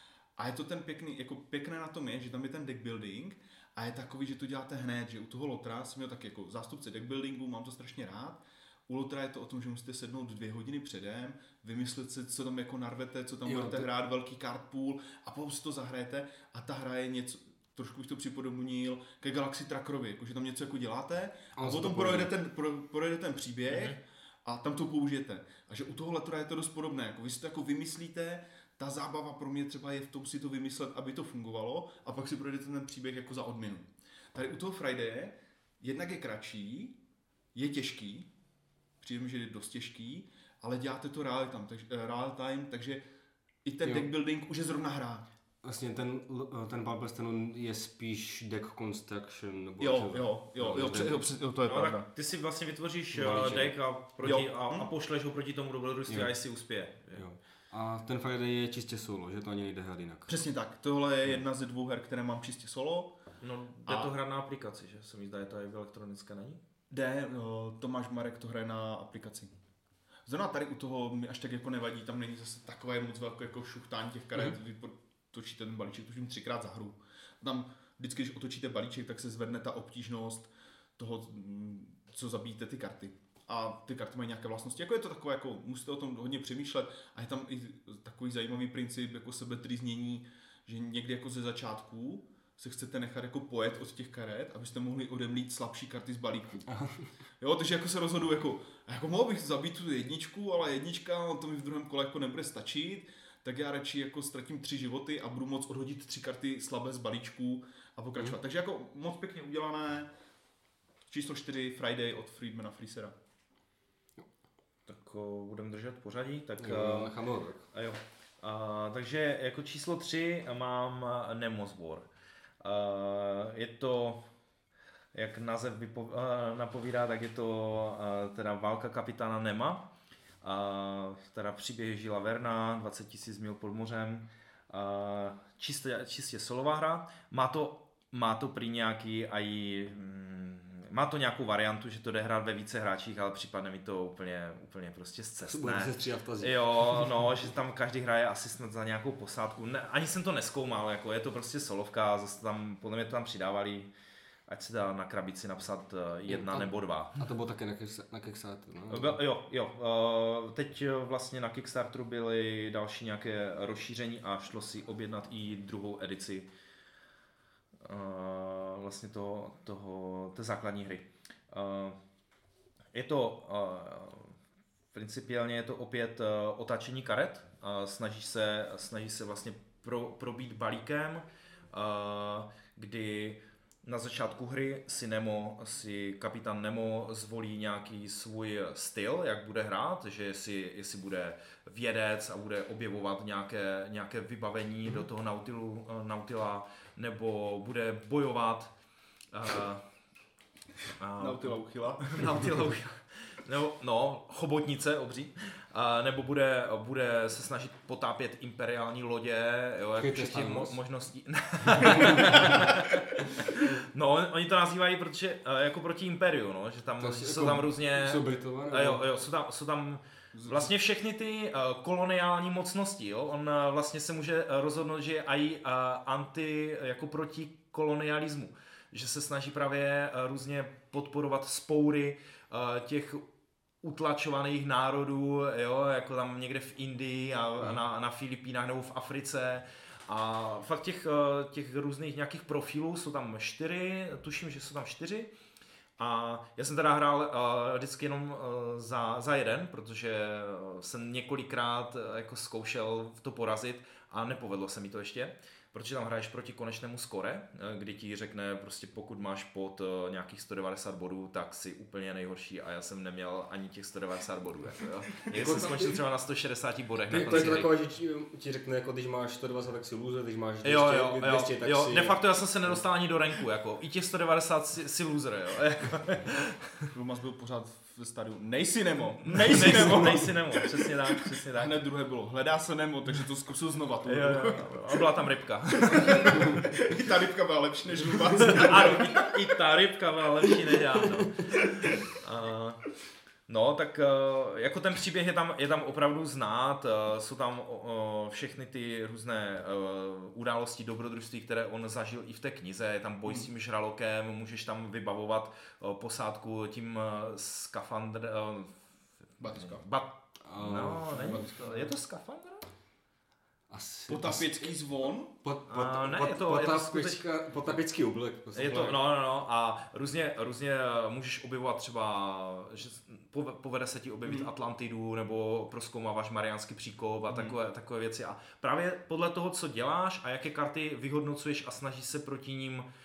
A je to ten pěkný, jako pěkné na tom je, že tam je ten deck building a je takový, že to děláte hned, že u toho lotra jsem měl tak jako zástupce deck buildingu, mám to strašně rád. U lotra je to o tom, že musíte sednout dvě hodiny předem, vymyslet si, co tam jako narvete, co tam jo, budete to... hrát, velký card pool a potom si to zahrajete a ta hra je něco, trošku bych to připodobnil ke Galaxy Trackerovi, jakože tam něco jako děláte a, a potom projede ten, pro, projede ten příběh mm-hmm. a tam to použijete. A že u toho letora je to dost podobné, jako vy si to jako vymyslíte, ta zábava pro mě třeba je v tom si to vymyslet, aby to fungovalo a pak si projdete ten příběh jako za odměnu. Tady u toho Friday jednak je kratší, je těžký, přijde mi, že je dost těžký, ale děláte to real time, takže, real time, takže i ten jo. deck building už je zrovna hra. Vlastně ten, ten Babelstone je spíš deck construction. Nebo jo, jo, jo, jo, jo, před, jo, před, jo, to je no, pravda. Ty si vlastně vytvoříš balíček. Deck a, proti, a, a pošleš ho proti tomu dobrodružství a jestli uspěje. Jo. A ten Friday je čistě solo, že to ani nejde hrát jinak. Přesně tak, tohle je jedna ze dvou her, které mám čistě solo. No, jde a... to hrát na aplikaci, že se mi zdá, je to i v elektronické, není? Jde, no, Tomáš Marek to hraje na aplikaci. Zrovna tady u toho mi až tak jako nevadí, tam není zase takové moc velké jako šuchtání těch karet, mm-hmm. vy točíte ten balíček, tuším třikrát za hru. Tam vždycky, když otočíte balíček, tak se zvedne ta obtížnost toho, co zabíjíte ty karty. A ty karty mají nějaké vlastnosti. Jako je to takové, jako musíte o tom hodně přemýšlet a je tam i takový zajímavý princip jako sebetrýznění, že někdy jako ze začátku se chcete nechat jako pojet od těch karet, abyste mohli odemlít slabší karty z balíku. Jo, takže jako se rozhodu jako, jako mohl bych zabít tu jedničku, ale jednička, to mi v druhém kole jako nebude stačit, tak já radši jako ztratím tři životy a budu moct odhodit tři karty slabé z balíčku a pokračovat. Mm. Takže jako moc pěkně udělané. Číslo čtyři Friday od Friedmana Freesera. Tak uh, budeme držet pořadí, tak... Jo, necháme ho tak. A jo. Uh, takže jako číslo tři mám Nemo's War. Uh, je to, jak název vypo, uh, napovídá, tak je to uh, teda válka kapitána Nema. Uh, teda příběh Žila Verna, dvacet tisíc mil pod mořem. Uh, čistě, čistě solová hra. Má to, má to prý nějaký aj... Mm, má to nějakou variantu, že to jde hrát ve více hráčích, ale připadne mi to úplně, úplně prostě zcestné. Jo, no, že tam každý hraje asi snad za nějakou posádku. Ne, ani jsem to nezkoumal, jako je to prostě solovka, zase tam, podle mě to tam přidávali, ať se dá na krabici napsat jedna a, nebo dva. A to bylo také na, kick, na Kickstarteru, no? Byl, jo, jo. Teď vlastně na Kickstarteru byly další nějaké rozšíření a šlo si objednat i druhou edici vlastně toho, toho, té základní hry. Je to, principiálně je to opět otáčení karet, snažíš se, snažíš se vlastně pro, probít balíkem, kdy na začátku hry si Nemo, si kapitán Nemo zvolí nějaký svůj styl, jak bude hrát, že jestli, jestli bude vědec a bude objevovat nějaké, nějaké vybavení mm. do toho nautilu, nautila, nebo bude bojovat. Uh, uh, nautila uchyla. Nautila uchyla. Nebo, no, chobotnice obří. Uh, nebo bude, bude se snažit potápět imperiální lodě, jo, jako všech těch mo- možností. No, oni to nazývají, protože uh, jako proti imperiu, no, že tam to jsou jako, tam různě, jsou Britové, uh, jo, jo, jsou tam, jsou tam vlastně všechny ty uh, koloniální mocnosti, jo, on uh, vlastně se může rozhodnout, že je i uh, anti, jako proti kolonialismu, že se snaží právě uh, různě podporovat spoury uh, těch utlačovaných národů, jo, jako tam někde v Indii a mm. na, na Filipínách nebo v Africe. A fakt těch, těch různých nějakých profilů jsou tam čtyři, tuším, že jsou tam čtyři. A já jsem teda hrál uh, vždycky jenom uh, za, za jeden, protože jsem několikrát uh, jako zkoušel to porazit a nepovedlo se mi to ještě. Protože tam hraješ proti konečnému skore, kdy ti řekne prostě pokud máš pod nějakých sto devadesát bodů, tak si úplně nejhorší a já jsem neměl ani těch sto devadesát bodů. Jako, jo. Já jsem skončil třeba na sto šedesáti bodech. Ty, to je to takové, že ti, ti řekne, jako když máš sto dvacet, tak si loser, když máš dvě stě, jo, jo, dvě stě, tak jo, si... de facto já jsem se nedostal ani do ranku, jako i těch sto devadesát si, si loser, jo. Lumas byl pořád v stadiu, nejsi Nemo, nejsi Nemo, nejsi Nemo, přesně tak, přesně tak. A hned druhé bylo, hledá se Nemo, takže to zkusil znova. To jo, jo, jo. A byla tam rybka. I ta rybka byla lepší než Lumas. Ano, i, i ta rybka byla lepší než já, no. Uh, no, tak uh, jako ten příběh je tam, je tam opravdu znát, uh, jsou tam uh, všechny ty různé uh, události dobrodružství, které on zažil i v té knize, je tam boj s tím žralokem, můžeš tam vybavovat uh, posádku tím uh, skafandr... Uh, Batiska. Bat... No, není to, je to skafandr? Asi, Potapický zvon? Pot, pot, a, ne, pot, je to, potapický, je to potapický oblek. Je to, no, no, no, a různě, různě můžeš objevovat třeba, že povede se ti objevit hmm. Atlantidu, nebo prozkoumáváš Mariánský příkop a hmm. takové, takové věci. A právě podle toho, co děláš a jaké karty vyhodnocuješ a snažíš se proti ním uh,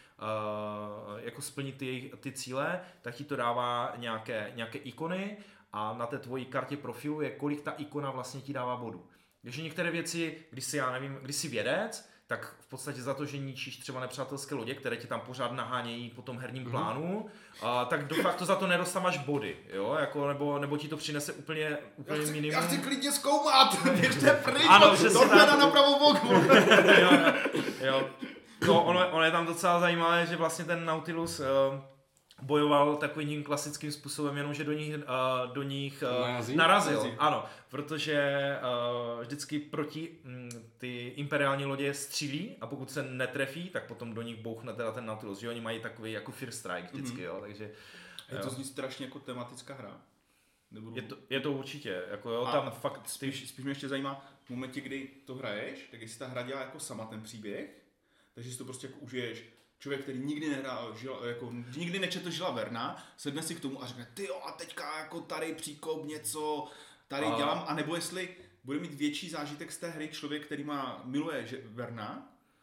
jako splnit ty, ty cíle, tak ti to dává nějaké, nějaké ikony a na té tvojí kartě profilu je, kolik ta ikona vlastně ti dává bodů. Takže některé věci, když si, já nevím, když si vědec, tak v podstatě za to, že ničíš třeba nepřátelské lodě, které tě tam pořád nahánějí po tom herním plánu, a, tak de facto za to nedostáváš body, jo, jako, nebo, nebo ti to přinese úplně, úplně já chci, minimum. Já chci klidně zkoumat, běžte pryč, ano, torpéda na pravou boku. jo, jo. No, ono, ono je tam docela zajímavé, že vlastně ten Nautilus uh, bojoval takovým klasickým způsobem, jenom že do nich, uh, do nich uh, narazil. narazil. Ano, protože uh, vždycky proti um, ty imperiální lodě střílí a pokud se netrefí, tak potom do nich bouchne teda ten Nautilus, že oni mají takový jako First Strike vždycky, mm-hmm. jo, takže... Je to zní strašně jako tematická hra. Nebudu... Je, to, je to určitě, jako jo, a tam fakt... Spíš, spíš mě ještě zajímá, v momentě, kdy to hraješ, tak jestli ta hra dělá jako sama ten příběh, takže si to prostě jako užiješ. Člověk, který nikdy nehrál, žil, jako, nikdy nečetl Žila Verna, sedne si k tomu a řekne, ty jo, a teďka jako tady příkop něco, tady a... dělám, anebo jestli bude mít větší zážitek z té hry člověk, který má, miluje Verna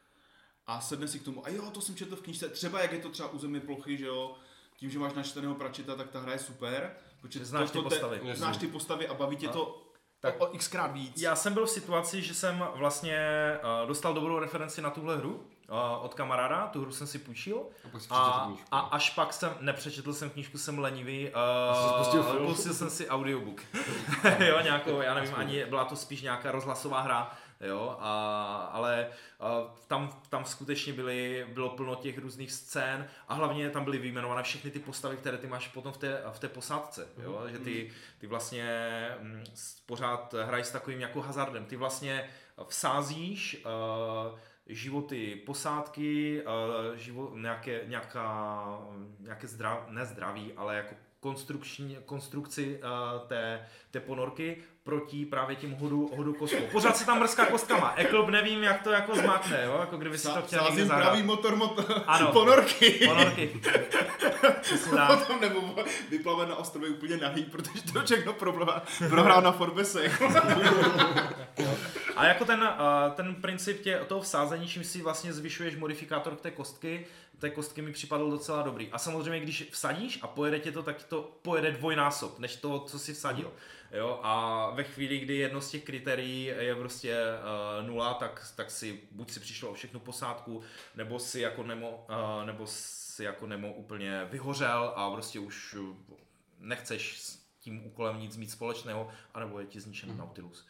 a sedne si k tomu, a jo, to jsem četl v knížce, třeba jak je to třeba u Země plochy, že jo, tím, že máš načteného Pratchetta, tak ta hra je super, protože znáš to, ty postavy. Te, znáš ty postavy a baví tě a... to tak o, o xkrát víc. Já jsem byl v situaci, že jsem vlastně uh, dostal dobrou referenci na tuhle hru uh, od kamaráda, tu hru jsem si půjčil a, a, a až pak jsem, nepřečetl jsem knížku, jsem lenivý, uh, pustil jsem si audiobook. Jo, nějakou, já nevím, ani byla to spíš nějaká rozhlasová hra, jo, a, ale a tam, tam skutečně byly, bylo plno těch různých scén a hlavně tam byly vyjmenované všechny ty postavy, které ty máš potom v té, v té posádce, jo, mm. že ty, ty vlastně m, pořád hraješ s takovým jako hazardem, ty vlastně vsázíš uh, životy posádky, uh, život, nějaké, nějaká, nějaké zdrav, ne zdraví, ale jako konstrukční, konstrukci uh, té, té ponorky proti právě tím hodu, hodu kostkou. Pořád se tam mrzká kostkama. Eklob nevím, jak to jako zmákne, jo? Jako kdyby si to chtěl někde zahrát. Pravý motor, motor ano, ponorky. Ponorky. Potom nebo vyplave na ostrově úplně nahý, protože to všechno prohrál na Forbesech. A jako ten, uh, ten princip tě, toho vsázení, čím si vlastně zvyšuješ modifikátor k té kostky, té kostky mi připadl docela dobrý. A samozřejmě, když vsadíš a pojede tě to, tak to pojede dvojnásob, než to, co si vsadil. Jo? A ve chvíli, kdy jedno z těch kritérií je prostě uh, nula, tak, tak si buď si přišlo o všechnu posádku, nebo si jako Nemo, uh, nebo si jako Nemo úplně vyhořel a prostě už nechceš s tím úkolem nic mít společného, anebo je ti zničen mm. Nautilus.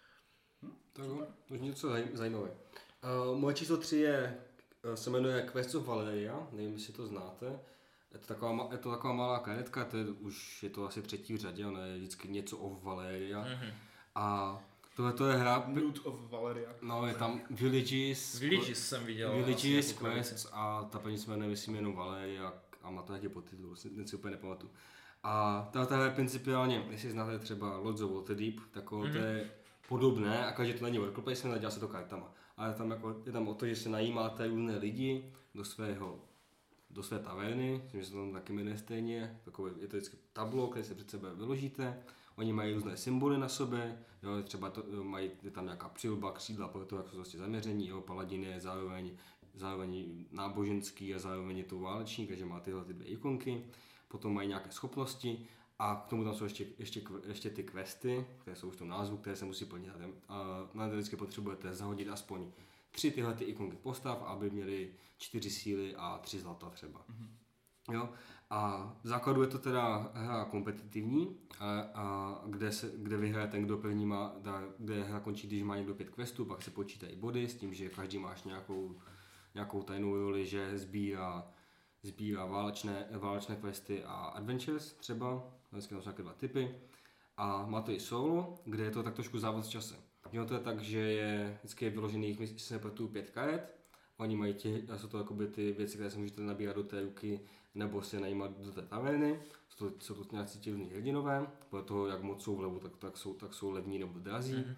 Tak jo, to je něco zajímavé. Uh, moje číslo tři je, se jmenuje Quests of Valeria, nevím, jestli to znáte. Je to taková, je to taková malá karetka, to je, už je to asi třetí v řadě, ona je vždycky něco of Valeria. Mm-hmm. A tohle to je hra... Nude of Valeria. No, je tam Villages. Villages jsem viděl. Villages, Quests a ta paní se jmenuje, myslím, jenom Valeria a má to nějaký podtitul, ten si úplně nepamatuju. A tahle je principiálně, jestli znáte třeba Lords of Waterdeep, takové mm-hmm. to je podobné, akorát, že to není worker placement a dělá se to kartama. Ale tam jako, je tam o to, že se najímáte různé lidi do svého, do své taverny, že se tam taky jmenuje stejně, takové, je to vždycky tablo, které se před sebe vyložíte, oni mají různé symboly na sobě, jo, třeba to, mají je tam nějaká přilba, křídla, pro to, jak jsou vlastně zaměření, jo, paladin je zároveň, zároveň náboženský a zároveň je to válečník, takže má tyhle ty dvě ikonky, potom mají nějaké schopnosti, a k tomu tam jsou ještě, ještě, ještě ty questy, které jsou v tom názvu, které se musí plnit. A na to vždycky potřebujete zahodit aspoň tři tyhle ty ikonky postav, aby měli čtyři síly a tři zlata třeba. Mm-hmm. Jo? A v základu je to teda hra kompetitivní, a, a kde, se, kde vyhraje ten, kdo první má, da, kde hra končí, když má někdo pět questů, pak se počítají body s tím, že každý máš nějakou, nějakou tajnou roli, že sbírá, sbírá válečné, válečné questy a adventures třeba. Vždycky tam jsou nějaké dva typy. A má to i solo, kde je to tak trošku závod s časem. Jo, to je tak, že je vždycky je vyložených, myslím, se nepletu pět karet. Oni mají tě, jsou to jakoby ty věci, které se můžete nabírat do té ruky, nebo se najímat do té taverny. Jsou to, jsou to nějaký tělní hrdinové, podle toho, jak moc jsou vlevo, tak, tak, jsou, tak jsou levní nebo drazí. Mm-hmm.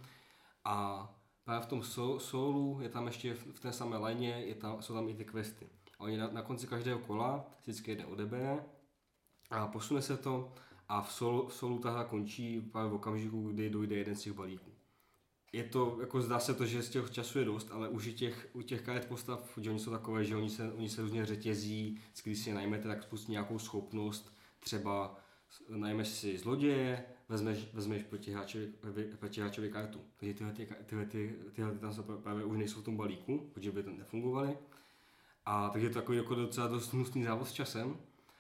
A právě v tom sol, solu je tam ještě v, v té samé lajně, je tam, jsou tam i ty questy. A oni na, na konci každého kola vždycky jeden odebere a posune se to. A v solu, v solu ta hra končí právě v okamžiku, kdy dojde jeden z těch balíků. Je to, jako zdá se to, že z těch času je dost, ale už těch, u těch karet postav, že oni jsou takové, že oni se, oni se různě řetězí, když si je najmete, tak spustí nějakou schopnost, třeba najmeš si zloděje, vezmeš, vezmeš proti hráčovi, proti hráčovi kartu. Takže tyhle, ty, tyhle, ty, tyhle ty tam právě už nejsou v tom balíku, protože by to nefungovaly. A takže je to takový jako docela dost hnusný závod s časem.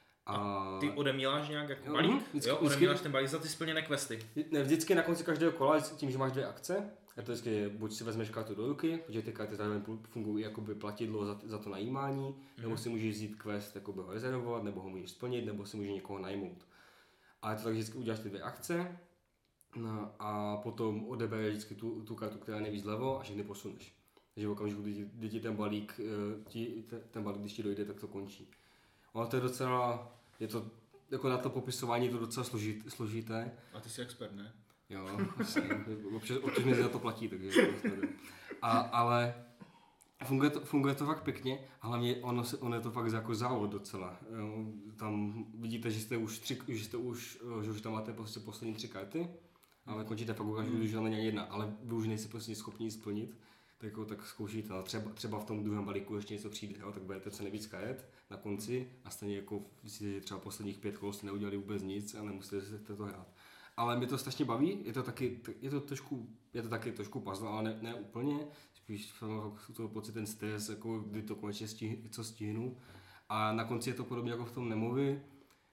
A ty odemíláš nějak jako balík? Jo, vždycky, jo, odemíláš ten balík za ty splněné questy. Ne, vždycky na konci každého kola, tím, že máš dvě akce, je to vždycky, buď si vezmeš kartu do ruky, protože ty karty zároveň fungují jakoby platidlo za, za to najímání, mm-hmm. nebo si můžeš vzít quest, jakoby ho rezervovat, nebo ho můžeš splnit, nebo si můžeš někoho najmout. A je to tak, že vždycky uděláš ty dvě akce, no, a potom odebereš vždycky tu, tu kartu, která je nejvíc levo a všechny posuneš. Takže v okamžiku, kdy, kdy ti ten balík, ti, ten balík, když ti dojde, tak to končí. Ale to je docela, je to, jako na to popisování je to docela složit, složité. A ty jsi expert, ne? Jo, občas, občas mě za to platí, takže a, ale funguje to, funguje to fakt pěkně, a hlavně ono, se, ono je to fakt jako závod docela. Jo, tam vidíte, že jste už, tři, že jste už, že už tam máte prostě poslední tři karty, ale končíte fakt ukážu, že tam není ani jedna, ale vy už nejste prostě schopni splnit. Tak, jako, tak zkoušíte, ale třeba, třeba v tom druhém balíku ještě něco přijde, jo? Tak budete co nejvíc karet na konci a stejně jako myslíte, že třeba posledních pět kol jste neudělali vůbec nic a nemusíte se to hrát. Ale mě to strašně baví, je to taky, je to trošku, je to taky trošku puzzle, ale ne, ne úplně, spíš to pocit ten stres, jako kdy to konečně stih, co stihnu. A na konci je to podobně jako v tom Nemovi,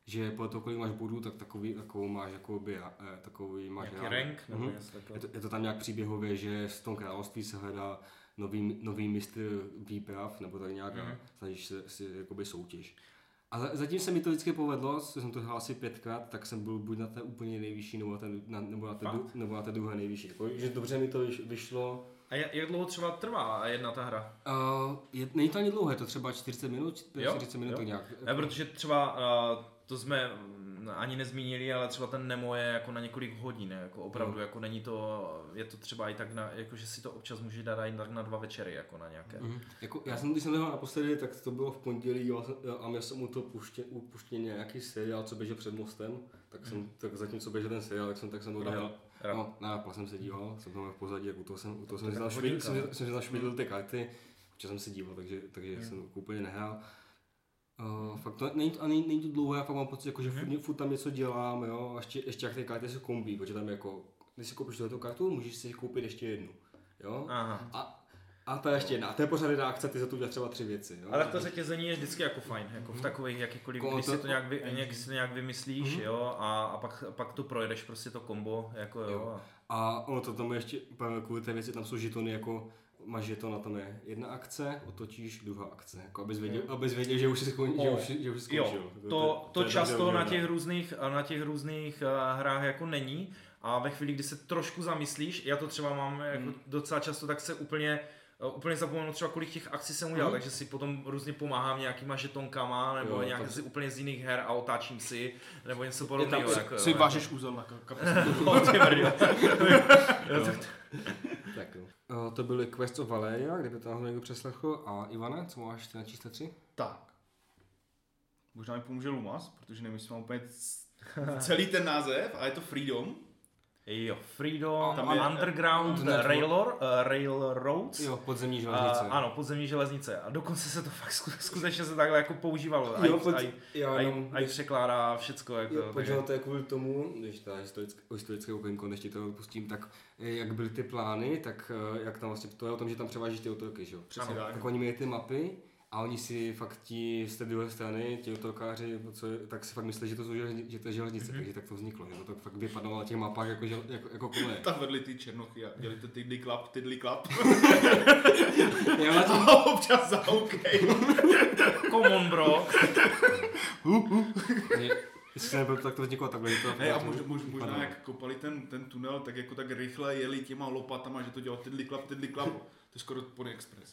že podle toho, kolik máš bodů, tak takový, takovou máš jakoby, eh, takový máš nějaký rank, nebo mm-hmm. něco takového. Je to, je to tam nějak příběhově, že v tom království se hledá nový, nový mistr výprav, nebo tak nějak, mm-hmm. snažíš se si jakoby soutěž. A zatím se mi to vždycky povedlo, jsem to hrál asi pětkrát, tak jsem byl buď na té úplně nejvyšší, nebo na té, na, nebo na té, du, nebo na té druhé nejvyšší. Jako, že dobře mi to vyšlo. A jak dlouho třeba trvá jedna ta hra? Uh, je, není to ani dlouhé, to třeba čtyřicet minut, jo? čtyřicet minut jo. tak nějak. Ne, protože třeba uh, to jsme ani nezmínili, ale třeba ten Nemo je jako na několik hodin, jako opravdu, no. Jako není to, je to třeba i tak, na, jako že si to občas může dát i tak na dva večery, jako na nějaké. Mm-hmm. Jako, já jsem, když jsem hrál naposledy, tak to bylo v pondělí a měl jsem u toho puštěn nějaký seriál, co běžel před mostem, tak jsem, mm. tak zatímco běžel ten seriál, tak jsem, tak jsem to dal. No, na Apple jsem se díval, jsem tam v pozadí, jak u toho jsem, u toho jsem, jsem, šmídl, jsem, jsem si zašmídl ty karty, protože jsem se díval, takže, takže mm. jsem úplně nehrál. Uh, fakt to není, to, není, není to dlouho, já fakt mám pocit, jako, že mm. furt, furt tam něco dělám, jo, a ještě, ještě jak ty karty se kombí, protože tam jako, když si koupíš tuhletu kartu, můžeš si koupit ještě jednu, jo. Aha. A, a ta ještě jedna, a to je pořád jedna akce, ty za to uděláš třeba tři věci. Jo? Ale to řetězení je vždycky jako fajn, jako v takových jakýkoliv, když si to nějak, vy, nějak, si nějak vymyslíš, mm-hmm. jo, a, a pak, pak to projedeš prostě to kombo, jako jo. jo. A ono to tam je ještě, kvůli té věci, tam jsou žetony jako, máš žeton, na tom je jedna akce, otočíš druhá akce, jako abys věděl, abys věděl, že už jsi skončil, že už, že už jsi skončil. Jo, to, to, to, to často na těch různých, na těch různých uh, hrách jako není a ve chvíli, kdy se trošku zamyslíš, já to třeba mám jako mm. docela často, tak se úplně Uh, úplně zapomenu třeba kolik těch akcí jsem udělal, mm. takže si potom různě pomáhám nějakýma žetonkama, nebo jo, nějak si úplně z jiných her a otáčím si, nebo něco podobného. Jako, si vážeš úzel na kapesku. Tak jo. Uh, to byly Quests of Valeria, kdyby to někdo přeslechl. A Ivane, co máš ty na čísle tři? Tak. Možná mi pomůže Lumas, protože nevím, jestli mám úplně celý ten název, ale je to Freedom. Jo, Freedom, tam je, Underground, uh, Railor, uh, Railroads. Jo, podzemní železnice. Uh, ano, podzemní železnice. A dokonce se to fakt skutečně se takhle jako používalo. Jo, pod, aj, jo, aj, no, aj překládá všecko. Jako, jo, takže to je kvůli tomu, když ta historické, historické okénko, než ti to pustím, tak jak byly ty plány, tak jak tam vlastně, to je o tom, že tam převážíš ty otroky, že jo? Přesně tak. Tak oni měli ty mapy. A oni si fakt ti z té druhé strany, ti otrokáři, co je, tak si fakt myslí, že to jsou železnice, že to je železnice, mm-hmm. takže tak to vzniklo, že to tak fakt vypadalo na těch mapách jako, žel, jako, jako koleje. Tak vedli ty černochy a dělali to tidly klap, tidly klap. Já na tím... A občas zahoukej. Come on, bro. Jestli se nebyl, tak to vzniklo takhle. To ne, a mož, mož, možná jak kopali ten, ten tunel, tak jako tak rychle jeli těma lopatama, že to dělalo tidly klap, tidly klap. To je skoro Pony Express.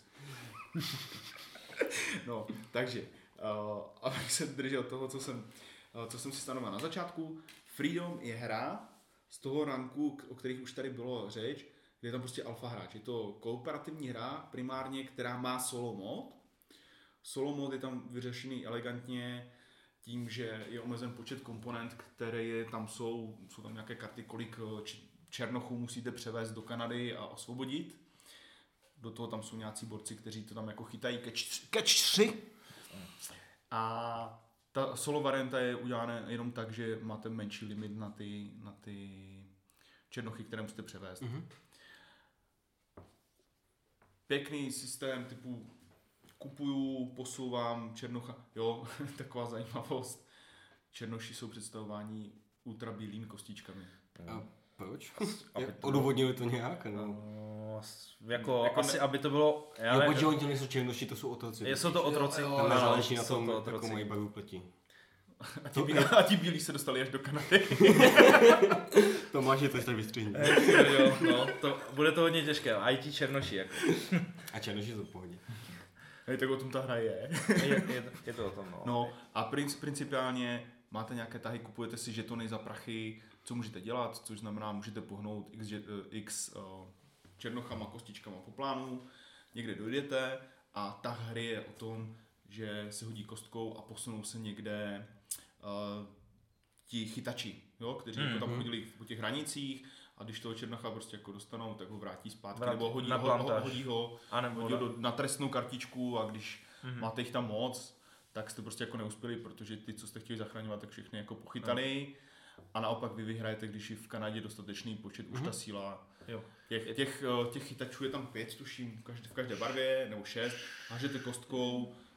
No, takže, uh, abych se držel toho, co jsem, uh, co jsem si stanoval na začátku, Freedom je hra z toho ranku, o kterých už tady bylo řeč, kde je tam prostě alfa hráč. Je to kooperativní hra primárně, která má solo mod. Solo mod je tam vyřešený elegantně tím, že je omezen počet komponent, které tam jsou, jsou tam nějaké karty, kolik černochů musíte převést do Kanady a osvobodit. Do toho tam jsou nějací borci, kteří to tam jako chytají ke čtyři. A ta solo varianta je udělána jenom tak, že máte menší limit na ty, na ty černochy, které musíte převést. Mm-hmm. Pěkný systém typu kupuju, posouvám černocha. Jo, taková zajímavost. Černoši jsou představováni ultra bílými kostičkami. A proč? Odůvodnili to nějak? No. Jako, jako asi, ne... aby to bylo... Já jo, protože oni to nejsou černoši, to jsou otroci. Jsou to otroci. Jo, jo, tam nezáleží na tom, jakou mají barvu pleti. A ti, bílí, a ti bílí se dostali až do Kanady. Tomáš je to ještě vystřihní. Jo, no, to, bude to hodně těžké. A i ti černoši. Jako. A černoši jsou v pohodě. Hej, tak o tom ta hra je. je, je, to, je to o tom, no. No a princ, principiálně máte nějaké tahy, kupujete si žetony za prachy, co můžete dělat, což znamená, můžete pohnout x, x uh, černochama, kostičkama po plánu, někde dojdete a ta hry je o tom, že se hodí kostkou a posunou se někde uh, ti chytači, jo, kteří mm, jako tam chodili po těch hranicích a když toho černocha prostě jako dostanou, tak ho vrátí zpátky, vrátí, nebo hodí ho, ho, hodí ho, hodí ho do, na trestnou kartičku a když mm. máte jich tam moc, tak jste prostě jako neuspěli, protože ty, co jste chtěli zachraňovat, tak všechny jako pochytali. Mm. A naopak vy vyhrajete, když je v Kanadě dostatečný počet, mm-hmm. už ta síla. Jo. Těch, těch, těch chytačů je tam pět, tuším, v každé, v každé barvě, nebo šest. Hážete kostkou,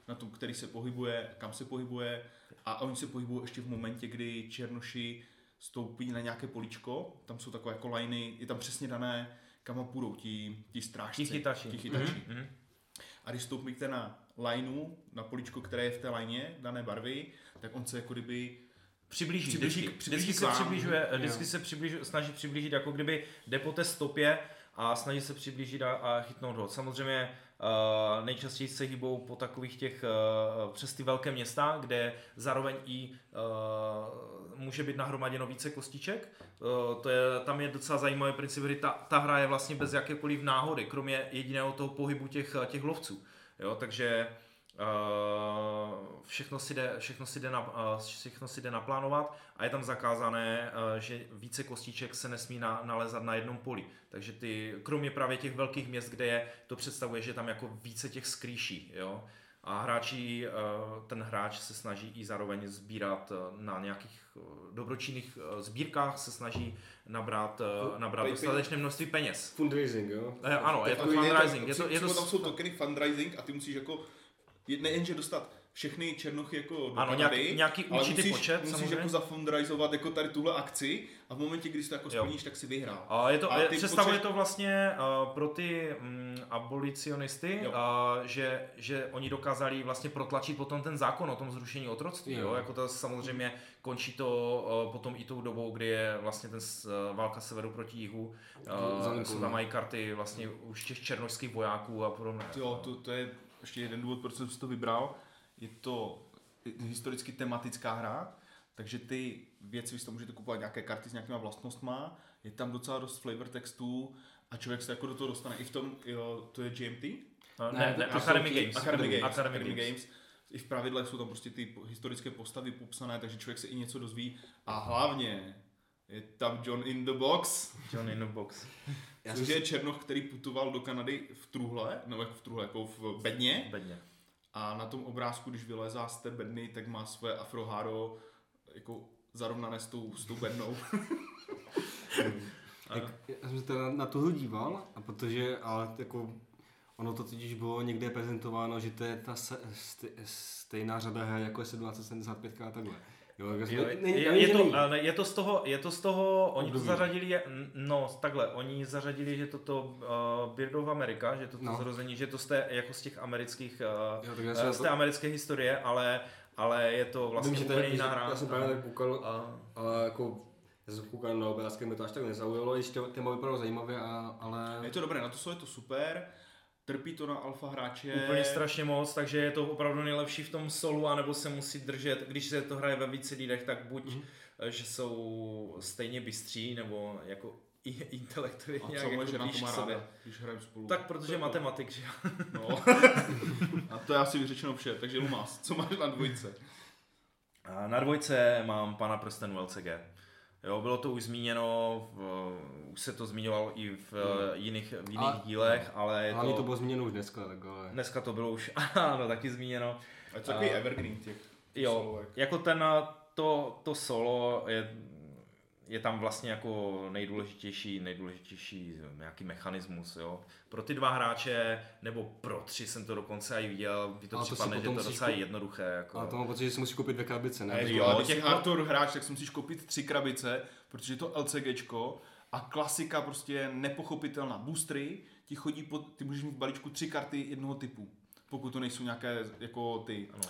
na tom, který se pohybuje, kam se pohybuje a oni se pohybují ještě v momentě, kdy černoši stoupí na nějaké políčko, tam jsou takové jako liny, je tam přesně dané, kam půjdou ti, ti strážci, Ti chytači. ti chytači. Mm-hmm. A když stoupíte na lineu, na políčko, které je v té lajně dané barvy, tak on se jako kdyby Přiblíží, Přiblíží- vždycky, přiblíží vždycky k se vám. přibližuje, Jo. vždycky se přibližuje, snaží přiblížit, jako kdyby jde po té stopě a snaží se přiblížit a, a chytnout ho. Samozřejmě uh, nejčastěji se hýbou po takových těch, uh, přes ty velké města, kde zároveň i uh, může být nahromaděno více kostiček. Uh, to je, tam je docela zajímavý princip hry, ta, ta hra je vlastně bez jakékoliv náhody, kromě jediného toho pohybu těch, těch lovců. Jo, takže Uh, všechno, si jde, všechno, si jde na, uh, všechno si jde naplánovat a je tam zakázané, uh, že více kostiček se nesmí na, nalezat na jednom poli. Takže ty, kromě právě těch velkých měst, kde je, to představuje, že tam jako více těch skrýší. Jo? A hráči, uh, ten hráč se snaží i zároveň sbírat uh, na nějakých uh, dobročinných uh, sbírkách, se snaží nabrat, uh, nabrat dostatečné množství peněz. Fundraising, jo? Uh, ano, je to Takový- fundraising. Je to, je to, přímo tam jsou tokeny fundraising a ty musíš jako je- nejenže dostat všechny černochy jako do ano, Kanady, nějaký, nějaký ale určitý musíš, počet musíš samozřejmě. jako zafundraizovat jako tady tuhle akci a v momentě, kdy si to jako Jo. splníš, tak si vyhrál. A je to, A je, ty představuje potřebuješ- to vlastně uh, pro ty um, abolicionisty, Jo. uh, že, že oni dokázali vlastně protlačit potom ten zákon o tom zrušení otroctví. Jo. Jo. Jo? Jako to samozřejmě končí to uh, potom i tou dobou, kdy je vlastně ten uh, válka severu proti jihu. Za Uh, Lincolna. jsou tam mají karty vlastně už těch černošských vojáků a podobně. Jo, to, to je ještě jeden důvod, proč jsem si to vybral. Je to historicky tematická hra, takže ty věci, vy si to můžete kupovat nějaké karty s nějakýma vlastnostma, je tam docela dost flavor textů a člověk se jako do toho dostane. I v tom, jo, to je G M T? Uh, Ne, ne, ne, to Academy jsou Games. Academy Games. Academy Academy Games. Games. I v pravidlech jsou tam prostě ty historické postavy popsané, takže člověk se i něco dozví. A hlavně je tam John in the Box, John in the Box. Já což jsem je černoch, který putoval do Kanady v truhle, no jako v truhle, jako v bedně. Bedně. A na tom obrázku, když vylezá z té bedny, tak má své afroháro jako zarovnané s tou, s tou bednou. Jak, já jsem se teda na tohle díval, a protože, ale jako, ono to totiž bylo někde prezentováno, že to je ta se, st, stejná řada her, jako je sedmnáct sedmdesát pět a takhle. Jo, tak Jo, ne, je, ne, je, ne, je, že to, není. ale je to z toho, je to z toho, oni to Období. zařadili, je, no takhle, oni zařadili, že toto uh, Beard of America, že toto No. zrození, že to z té, jako z těch amerických, uh, Jo, tak já uh, jsem z to- té americké historie, ale, ale je to vlastně Vím, že to úplně je, jiná že- hra. já jsem právě tak koukal, A, ale jako, já jsem koukal na obrázky, mě to až tak nezaujalo, ještě téma vypadalo zajímavě, a, ale... Je to dobré, na to jsou je to super. Trpí to na alfa hráče. úplně strašně moc, takže je to opravdu nejlepší v tom solu, anebo se musí držet, když se to hraje ve více lidech, tak buď, Mhm. že jsou stejně bystří, nebo jako i intelektuálně A nějak co moje jako žena to blíž má k sobě. ráda, když hrajeme spolu. Tak protože matematik, že jo. No. A to je asi vyřečeno vše, takže Lumas, co máš na dvojce? A na dvojce mám Pana prstenů L C G. Jo, bylo to už zmíněno, v, už se to zmiňoval i v Hmm. jiných, v jiných A- dílech, ale je Hlavně to, to bylo zmíněno už dneska, tak ale... dneska to bylo už, ano, taky zmíněno. A to takový A- evergreen těch Jo, solovek. jako ten, to, to solo je, je tam vlastně jako nejdůležitější, nejdůležitější nějaký mechanismus, jo. Pro ty dva hráče, nebo pro tři jsem to dokonce i viděl, by to Ale to si připadne, že potom to je musíš docela kup- jednoduché, jako. Ale to mám pocit, že si musíš koupit dvě krabice, ne? A jo, jo, a když těch- jsi hardcore hráč, tak si musíš koupit tři krabice, protože je to LCGčko a klasika prostě je nepochopitelná. Boostery, ti chodí po, ty můžeš mít v balíčku tři karty jednoho typu, pokud to nejsou nějaké jako ty Ano.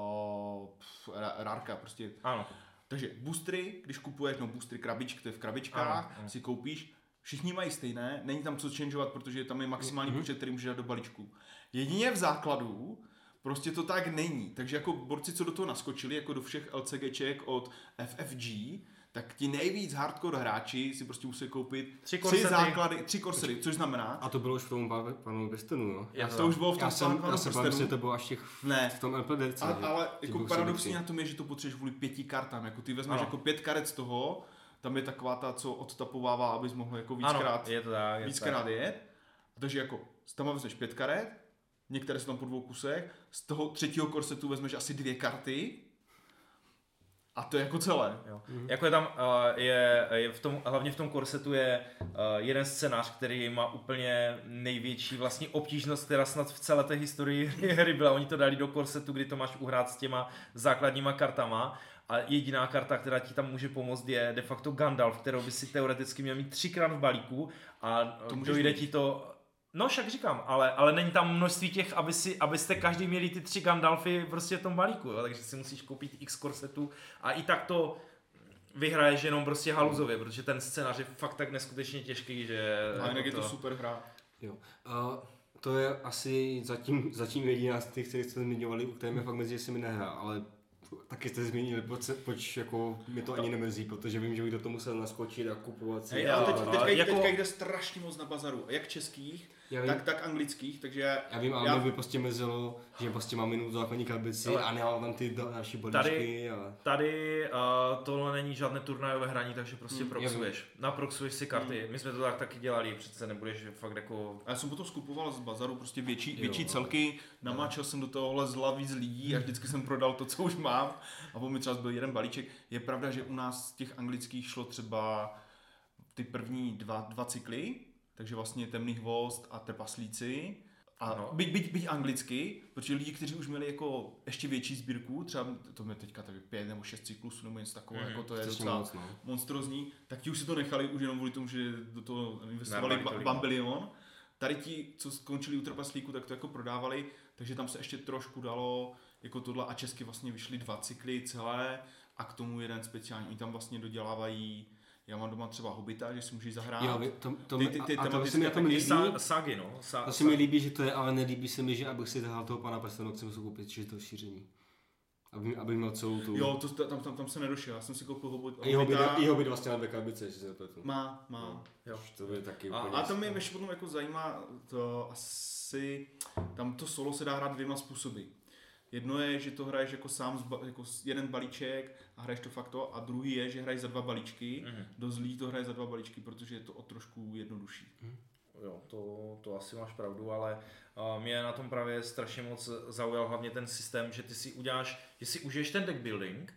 o, pf, ra- rárka prostě. Ano. Takže boostery, když kupuješ, no boostery krabičky, to je v krabičkách, Ano, ano. si koupíš, všichni mají stejné, není tam co changeovat, protože tam je maximální Mhm. počet, který můžeš dát do balíčku. Jedině v základu prostě to tak není. Takže jako borci, co do toho naskočili, jako do všech LCGček od F F G, tak ti nejvíc hardcore hráči si prostě musí koupit Tři tři korsety. základy, tři korsety, což znamená, A to bylo už v tom pá- panu Bestonu, jo? Je a to už bylo v tom Já jsem, plánu já jsem bavil, prstenů. že to bylo až těch, Ne. v tom L P D C. A, že- ale že jako byl paradoxní tři. na tom je, že to potřebuješ kvůli pěti kartám, jako ty vezmeš Ano. jako pět karet z toho, tam je taková ta, co odtapovává, abys mohl jako Ano, víckrát, je to tak. Je to víckrát tak. jet. A takže jako tam vezmeš pět karet, některé jsou tam po dvou kusech, z toho třetího korsetu vezmeš asi dvě karty A to je jako celé. Jo. Mm-hmm. Jako je tam, uh, je, je v tom, hlavně v tom korsetu je uh, jeden scénář, který má úplně největší vlastně obtížnost, která snad v celé té historii hry byla. Oni to dali do korsetu, kdy to máš uhrát s těma základníma kartama. A jediná karta, která ti tam může pomoct, je de facto Gandalf, kterou by si teoreticky měl mít třikrát v balíku a to dojde ti to... No však říkám, ale, ale není tam množství těch, aby si, abyste každý měli ty tři Gandalfy prostě v tom balíku, jo? Takže si musíš koupit x korsetů a i tak to vyhraješ jenom prostě haluzově, protože ten scénář je fakt tak neskutečně těžký, že... A jinak je to to super hra. Jo. A to je asi zatím, zatím jediná z těch, které jste zmiňovali, u které mě fakt mezi, že se mi nehrá, ale taky jste zmínili, proč, proč jako mě to ani nemrzí, protože vím, že bych do toho musel naskočit a kupovat si. Hey, ale teď, no, teďka, jako... teďka jde strašně moc na bazaru, jak českých, tak, tak anglických, takže... Já vím, ale já... mě by prostě mrzelo, že prostě mám minut základní krabici ale... a nemám tam ty další balíčky. Tady, a... tady uh, tohle není žádné turnajové hraní, takže prostě hmm, proxuješ. Naproxuješ si karty. Hmm. My jsme to tak taky dělali, přece nebudeš fakt jako... A já jsem potom skupoval z bazaru prostě větší, větší jo, celky, namáčel jsem do tohohle zla víc lidí a vždycky jsem prodal to, co už mám. A po mi třeba byl jeden balíček. Je pravda, že u nás z těch anglických šlo třeba ty první dva, dva cykly, takže vlastně Temný hvozd a Trpaslíci. A no. byť, byť, byť anglicky, protože lidi, kteří už měli jako ještě větší sbírku, třeba to mě teďka tak pět nebo šest cyklusů nebo něco takového, mm, jako to je docela moc, no. monstrozní, tak ti už si to nechali už jenom kvůli tomu, že do toho investovali ba- bambilion. Tady ti, co skončili u Trpaslíku, tak to jako prodávali, takže tam se ještě trošku dalo jako tohle a česky vlastně vyšly dva cykly celé a k tomu jeden speciální. Oni tam vlastně dodělávají. Já mám doma třeba Hobita, že si můžeš zahrát. Jo, to, to ty, ty, ty a to se mi na tom líbí. Ságy, no. Sa, to se mi líbí, že to je, ale nelíbí se mi, že abych si zahrál toho Pána prstenů, chci musím koupit, že to šíření. Aby, aby měl celou tu... Jo, to, tam, tam, tam se nedošel, já jsem si koupil Hobita. I Hobit, i Hobit vlastně na bekabice, že se to Má, má. No, jo. To je taky a, a to mě ještě potom jako zajímá, to asi, tam to solo se dá hrát dvěma způsoby. Jedno je, že to hraješ jako sám, zba, jako jeden balíček a hraješ to fakt to, a druhý je, že hraješ za dva balíčky. Mm-hmm. Do zlý to hraje za dva balíčky, protože je to o trošku jednodušší. Mm. Jo, to, to asi máš pravdu, ale uh, mě na tom právě strašně moc zaujal hlavně ten systém, že ty si uděláš, že si užiješ ten deck building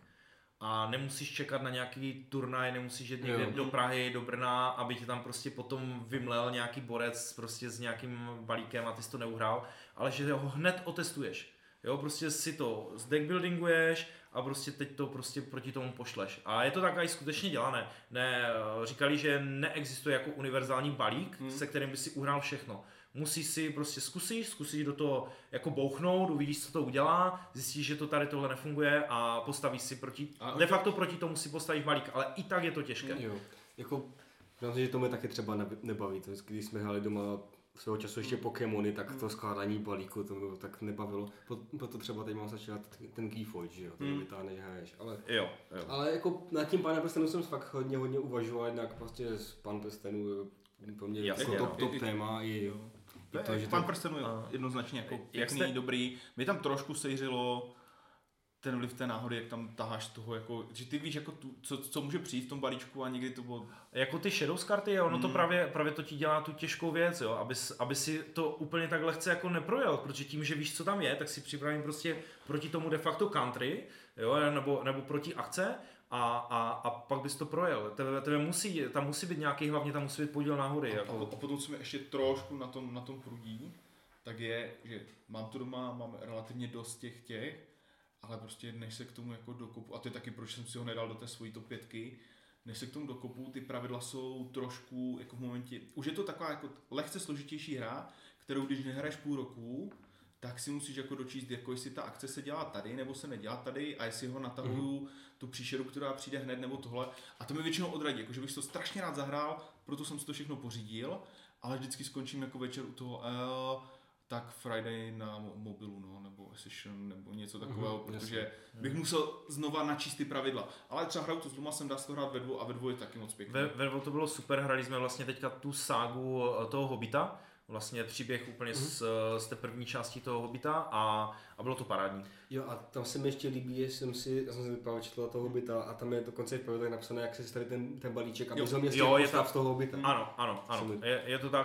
a nemusíš čekat na nějaký turnaj, nemusíš jít někde jo. do Prahy, do Brna, aby ti tam prostě potom vymlel nějaký borec prostě s nějakým balíkem a ty jsi to neuhrál, ale že ho hned otestuješ. Jo, prostě si to zdeckbuildinguješ a prostě teď to prostě proti tomu pošleš. A je to tak i skutečně dělané. Ne, říkali, že neexistuje jako univerzální balík, hmm. se kterým by si uhrál všechno. Musíš si prostě zkusit, zkusíš do toho jako bouchnout, uvidíš, co to udělá, zjistíš, že to tady tohle nefunguje a postavíš si proti, a de facto proti tomu si postavíš balík, ale i tak je to těžké. Jo, jako, že to mě taky třeba nebaví, to když jsme hráli doma svého času ještě Pokémony, tak to skládání balíku, to mě tak nebavilo. Proto třeba teď mám začít ten Keyforge, že jo, to hmm. vytáhneš, hraješ, ale, jo, jo. ale jako nad tím Pánem prstenů jsem fakt hodně, hodně uvažoval, jednak prostě s Pán prstenů pro mě jako top, top téma i, jo. I to, že Pán prstenů je jednoznačně jako pěkný, jste... dobrý, mě tam trošku sejřilo ten vliv té náhody, jak tam taháš toho, jako, že ty víš, jako tu, co, co může přijít v tom balíčku a někdy to bylo... Jako ty Shadows karty, ono hmm. to právě, právě to ti dělá tu těžkou věc, jo, aby, aby si to úplně tak lehce jako neprojel, protože tím, že víš, co tam je, tak si připravím prostě proti tomu de facto country, jo, nebo, nebo proti akce a, a, a pak bys to projel. Tebe, tebe musí, tam musí být nějaký, hlavně tam musí být podíl náhody. A, jako. a potom, co mi ještě trošku na tom, na tom prudí, tak je, že mám to doma, mám relativně dost těch těch, ale prostě než se k tomu jako dokopu, a to je taky proč jsem si ho nedal do té svojí top pětky, než se k tomu dokopu, ty pravidla jsou trošku jako v momentě, už je to taková jako lehce složitější hra, kterou když nehraješ půl roku, tak si musíš jako dočíst, jako jestli ta akce se dělá tady, nebo se nedělá tady a jestli ho natahuju mm-hmm. tu příšeru, která přijde hned, nebo tohle. A to mi většinou odradí, jakože bych to strašně rád zahrál, proto jsem si to všechno pořídil, ale vždycky skončím jako večer u toho, uh, tak Friday na mobilu, no, nebo Session, nebo něco takového, mm, protože jasně. bych musel znova načíst ty pravidla. Ale třeba hraju to s dvoma, jsem dá se to hrát ve dvou a ve dvou je taky moc pěkný. Ve, ve dvou to bylo super, hrali jsme vlastně teďka tu ságu toho Hobita, vlastně příběh úplně mm. z, z té první části toho Hobita a, a bylo to parádní. Jo a tam se mi ještě líbí, že jsem si, já jsem si právě četl toho Hobita a tam je dokonce v pravidlech napsané, jak se tady ten, ten balíček a bezho městě postav z toho Hobita. Ano, ano, ano, je, je to tak.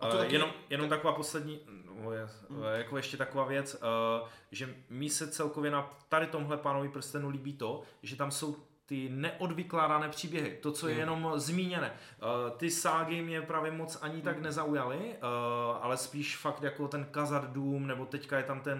Uh, taky... jenom, jenom taková poslední, no, je, hmm. jako ještě taková věc, uh, že mi se celkově na tady tomhle Pánovi prstenů líbí to, že tam jsou ty neodvykládané příběhy, to, co je jenom zmíněné. Uh, ty ságy mě právě moc ani tak nezaujaly, uh, ale spíš fakt jako ten Khazad-dûm, nebo teďka je tam ten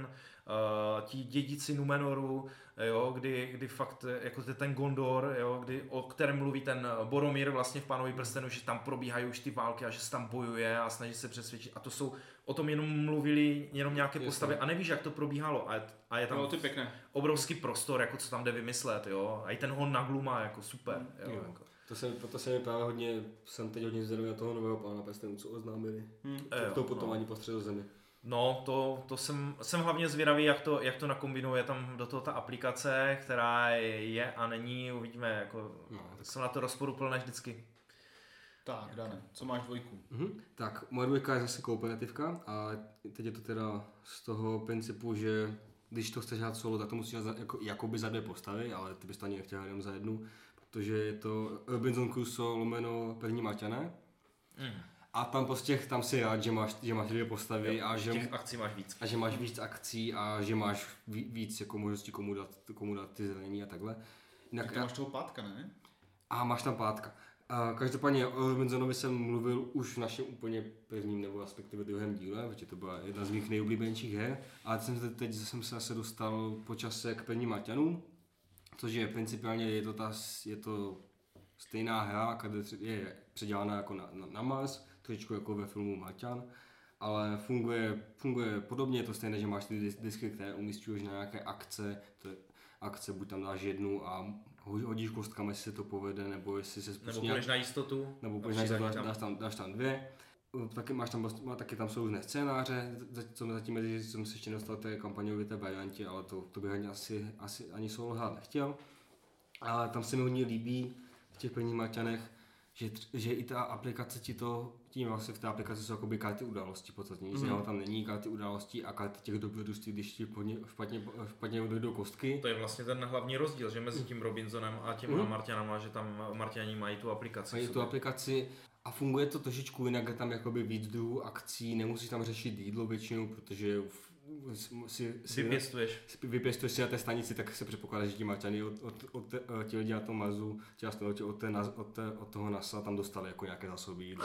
uh, ti dědici Numenoru, jo, kdy, kdy fakt jako ten Gondor, jo, kdy, o kterém mluví ten Boromír vlastně v Pánovi prstenu, že tam probíhají už ty války a že se tam bojuje a snaží se přesvědčit. A to jsou, o tom jenom mluvili jenom nějaké Jasně. postavy a nevíš, jak to probíhalo. A je, a je tam no, pěkné. obrovský prostor, jako co tam jde vymyslet, jo. A i ten hon na Gluma, jako super. Jo, jo. jako. To se, proto se mi právě hodně, jsem teď hodně zvědavý na toho nového Pána prstenů, co oznámili. Hmm. To, to putování no. po Středozemi. No, to, to jsem, jsem hlavně zvědavý, jak to, jak to nakombinuje tam do toho ta aplikace, která je a není, uvidíme, jako, no, tak jsem na to rozporuplné vždycky. Tak, Dane, co máš dvojku? Mhm. Tak, moje dvojka je zase kooperativka a teď je to teda z toho principu, že když to chceš hrát solo, tak to musíš hrát jako, jakoby za dvě postavy, ale ty bys to ani nechtěl hrát jenom za jednu, protože je to Robinson Crusoe lomeno První Maťané. Mm. A tam prostě, tam si rád, že máš, že máš dvě postavy jo, a že těch akcí máš víc. A že máš víc akcí a že máš víc jako možností komu dát, komu dát ty zranění a takhle. Jinak, máš toho pátka, ne? A máš tam pátka. A každopádně o Robinsonovi jsem mluvil už v našem úplně prvním nebo respektive druhém díle, protože to byla jedna z mých nejoblíbenějších her. A teď jsem se, teď jsem se zase dostal po čase k Prvním Maťanům, což je principiálně je to, ta, je to stejná hra, kde je předělaná jako na, na, na Mars, trošičku jako ve filmu Maťan, ale funguje, funguje podobně, je to stejné, že máš ty disky, které umísťuješ na nějaké akce, to je akce, buď tam dáš jednu a hodíš kostkami, jestli se to povede, nebo jestli se Nebo půjdeš na jistotu. Nebo půjdeš na jistotu, dáš tam, dáš tam dvě. Taky, máš tam, taky tam jsou různé scénáře, co zatím mezi jsem se ještě nedostal té kampaňovité variantě, ale to, to bych ani, asi, asi ani solo hrát nechtěl. Ale tam se mi hodně líbí v těch Prvních Maťanech, že, že i ta aplikace ti to, tím vlastně v té aplikaci jsou jakoby karty událostí podstatně, nic mm. tam není karty událostí a karty těch dobrodružství, když ti špatně, špatně dojdou kostky. To je vlastně ten hlavní rozdíl, že mezi tím Robinsonem a těma mm. Marťanama, že tam Marťani mají tu aplikaci. Mají tu aplikaci a funguje to trošičku jinak, je tam jakoby víc druhů akcí, nemusíš tam řešit jídlo většinou, protože si, si vypěstuješ. vypěstuješ si na té stanici, tak se předpokládá, že ti Marťani od, od, od, od ti lidi na tom mazu, ti astronaути od, od, od toho NASA tam dostali jako nějaké zásoby jídla.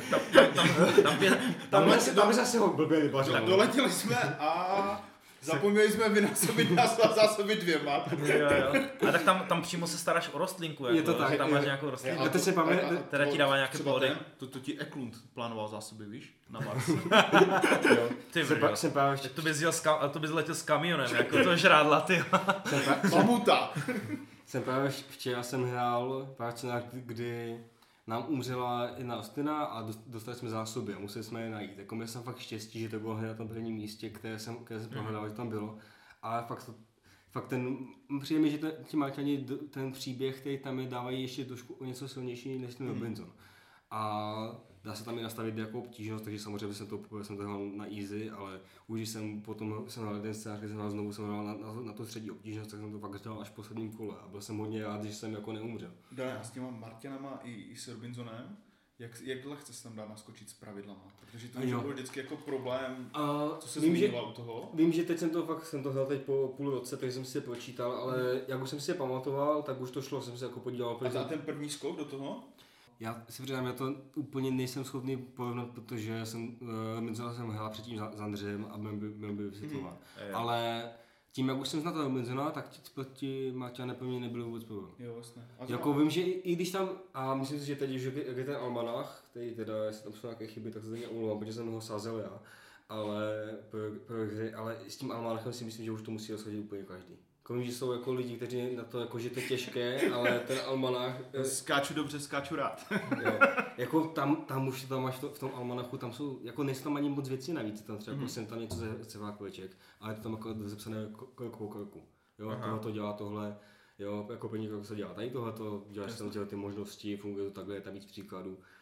Tam by zase ho blbě vybařilo. Doletěli jsme a zapomněli jsme vynásobit nás zásoby dvěma. Jo, jo. A tak tam, tam přímo se staráš o rostlinku, jako, je to tak, tam máš nějakou rostlinku, a to se pamě, a, a, která ti dává nějaké plody. To, to ti Eklund plánoval zásoby, víš? Na Mars. Ty brjo, tak to bys, ska, to bys letěl s kamionem, jako to žrádla, ty. Mamuta. Jsem právě včera jsem hrál pár scénář, kdy nám umřela jedna ostina a dostali jsme zásoby a museli jsme je najít. Jako měl jsem fakt štěstí, že to bylo hned na tom prvním místě, které jsem, které jsem prohledal, že tam bylo. Ale fakt, to, fakt ten, přijde mi, že to, ti Marťani ten příběh, který tam je, dávají ještě trošku o něco silnější než ten Robinson. A dá se tam i nastavit jako obtížnost, takže samozřejmě jsem to, jsem to hrál na easy, ale už jsem potom jsem hrál jeden scénář, když jsem hrál znovu jsem hrál na, na, na tu střední obtížnost, tak jsem to fakt hrál až v posledním kole a byl jsem hodně rád, že jsem jako neumřel. Dá, s těma Marťanama i, i s Robinsonem, jak, jak lehce se tam dá naskočit s pravidlama? Protože to byl vždycky jako problém, a co se změnilo u toho. Vím, že teď jsem to fakt, jsem to hrál teď po půl roce, takže jsem si je pročítal, ale hmm. jak už jsem si je pamatoval, tak už to šlo, jsem se jako podíval. A ten první skok do toho? Já si přiznám, já to úplně nejsem schopný porovnat, protože jsem, uh, jsem hrál předtím za, za Andřejem a byl by, byl by vysvětlovat. Mm. Ale tím, jak už jsem znal toho Robinzona, tak ti, ti Maťané pro mě nebyly vůbec problém. Jo, vlastně. Jako vím, že i, i když tam, a myslím si, že teď, že je ten almanach, který teda, jestli tam jsou nějaké chyby, tak se to omlouvám, protože jsem ho sázel já. Ale, pro, pro hry, ale s tím almanachem si myslím, že už to musí rozhodit úplně každý. Vím, že jsou jako lidi, kteří na to, jako, že to je těžké, ale ten almanach... Skáču dobře, skáču rád. Jo. Jako tam, tam už tam máš to, v tom almanachu, tam jsou, jako nejsou tam ani moc věcí navíc, tam třeba mm. jako jsem tam něco ze cevákoveček, ale je to tam jako zapsané kolkou kolku. Jo, tohle to dělá tohle, jo, jako první krok se dělá tady tohle to, děláš tam ty možnosti, funguje to takhle, je tam víc příkladů.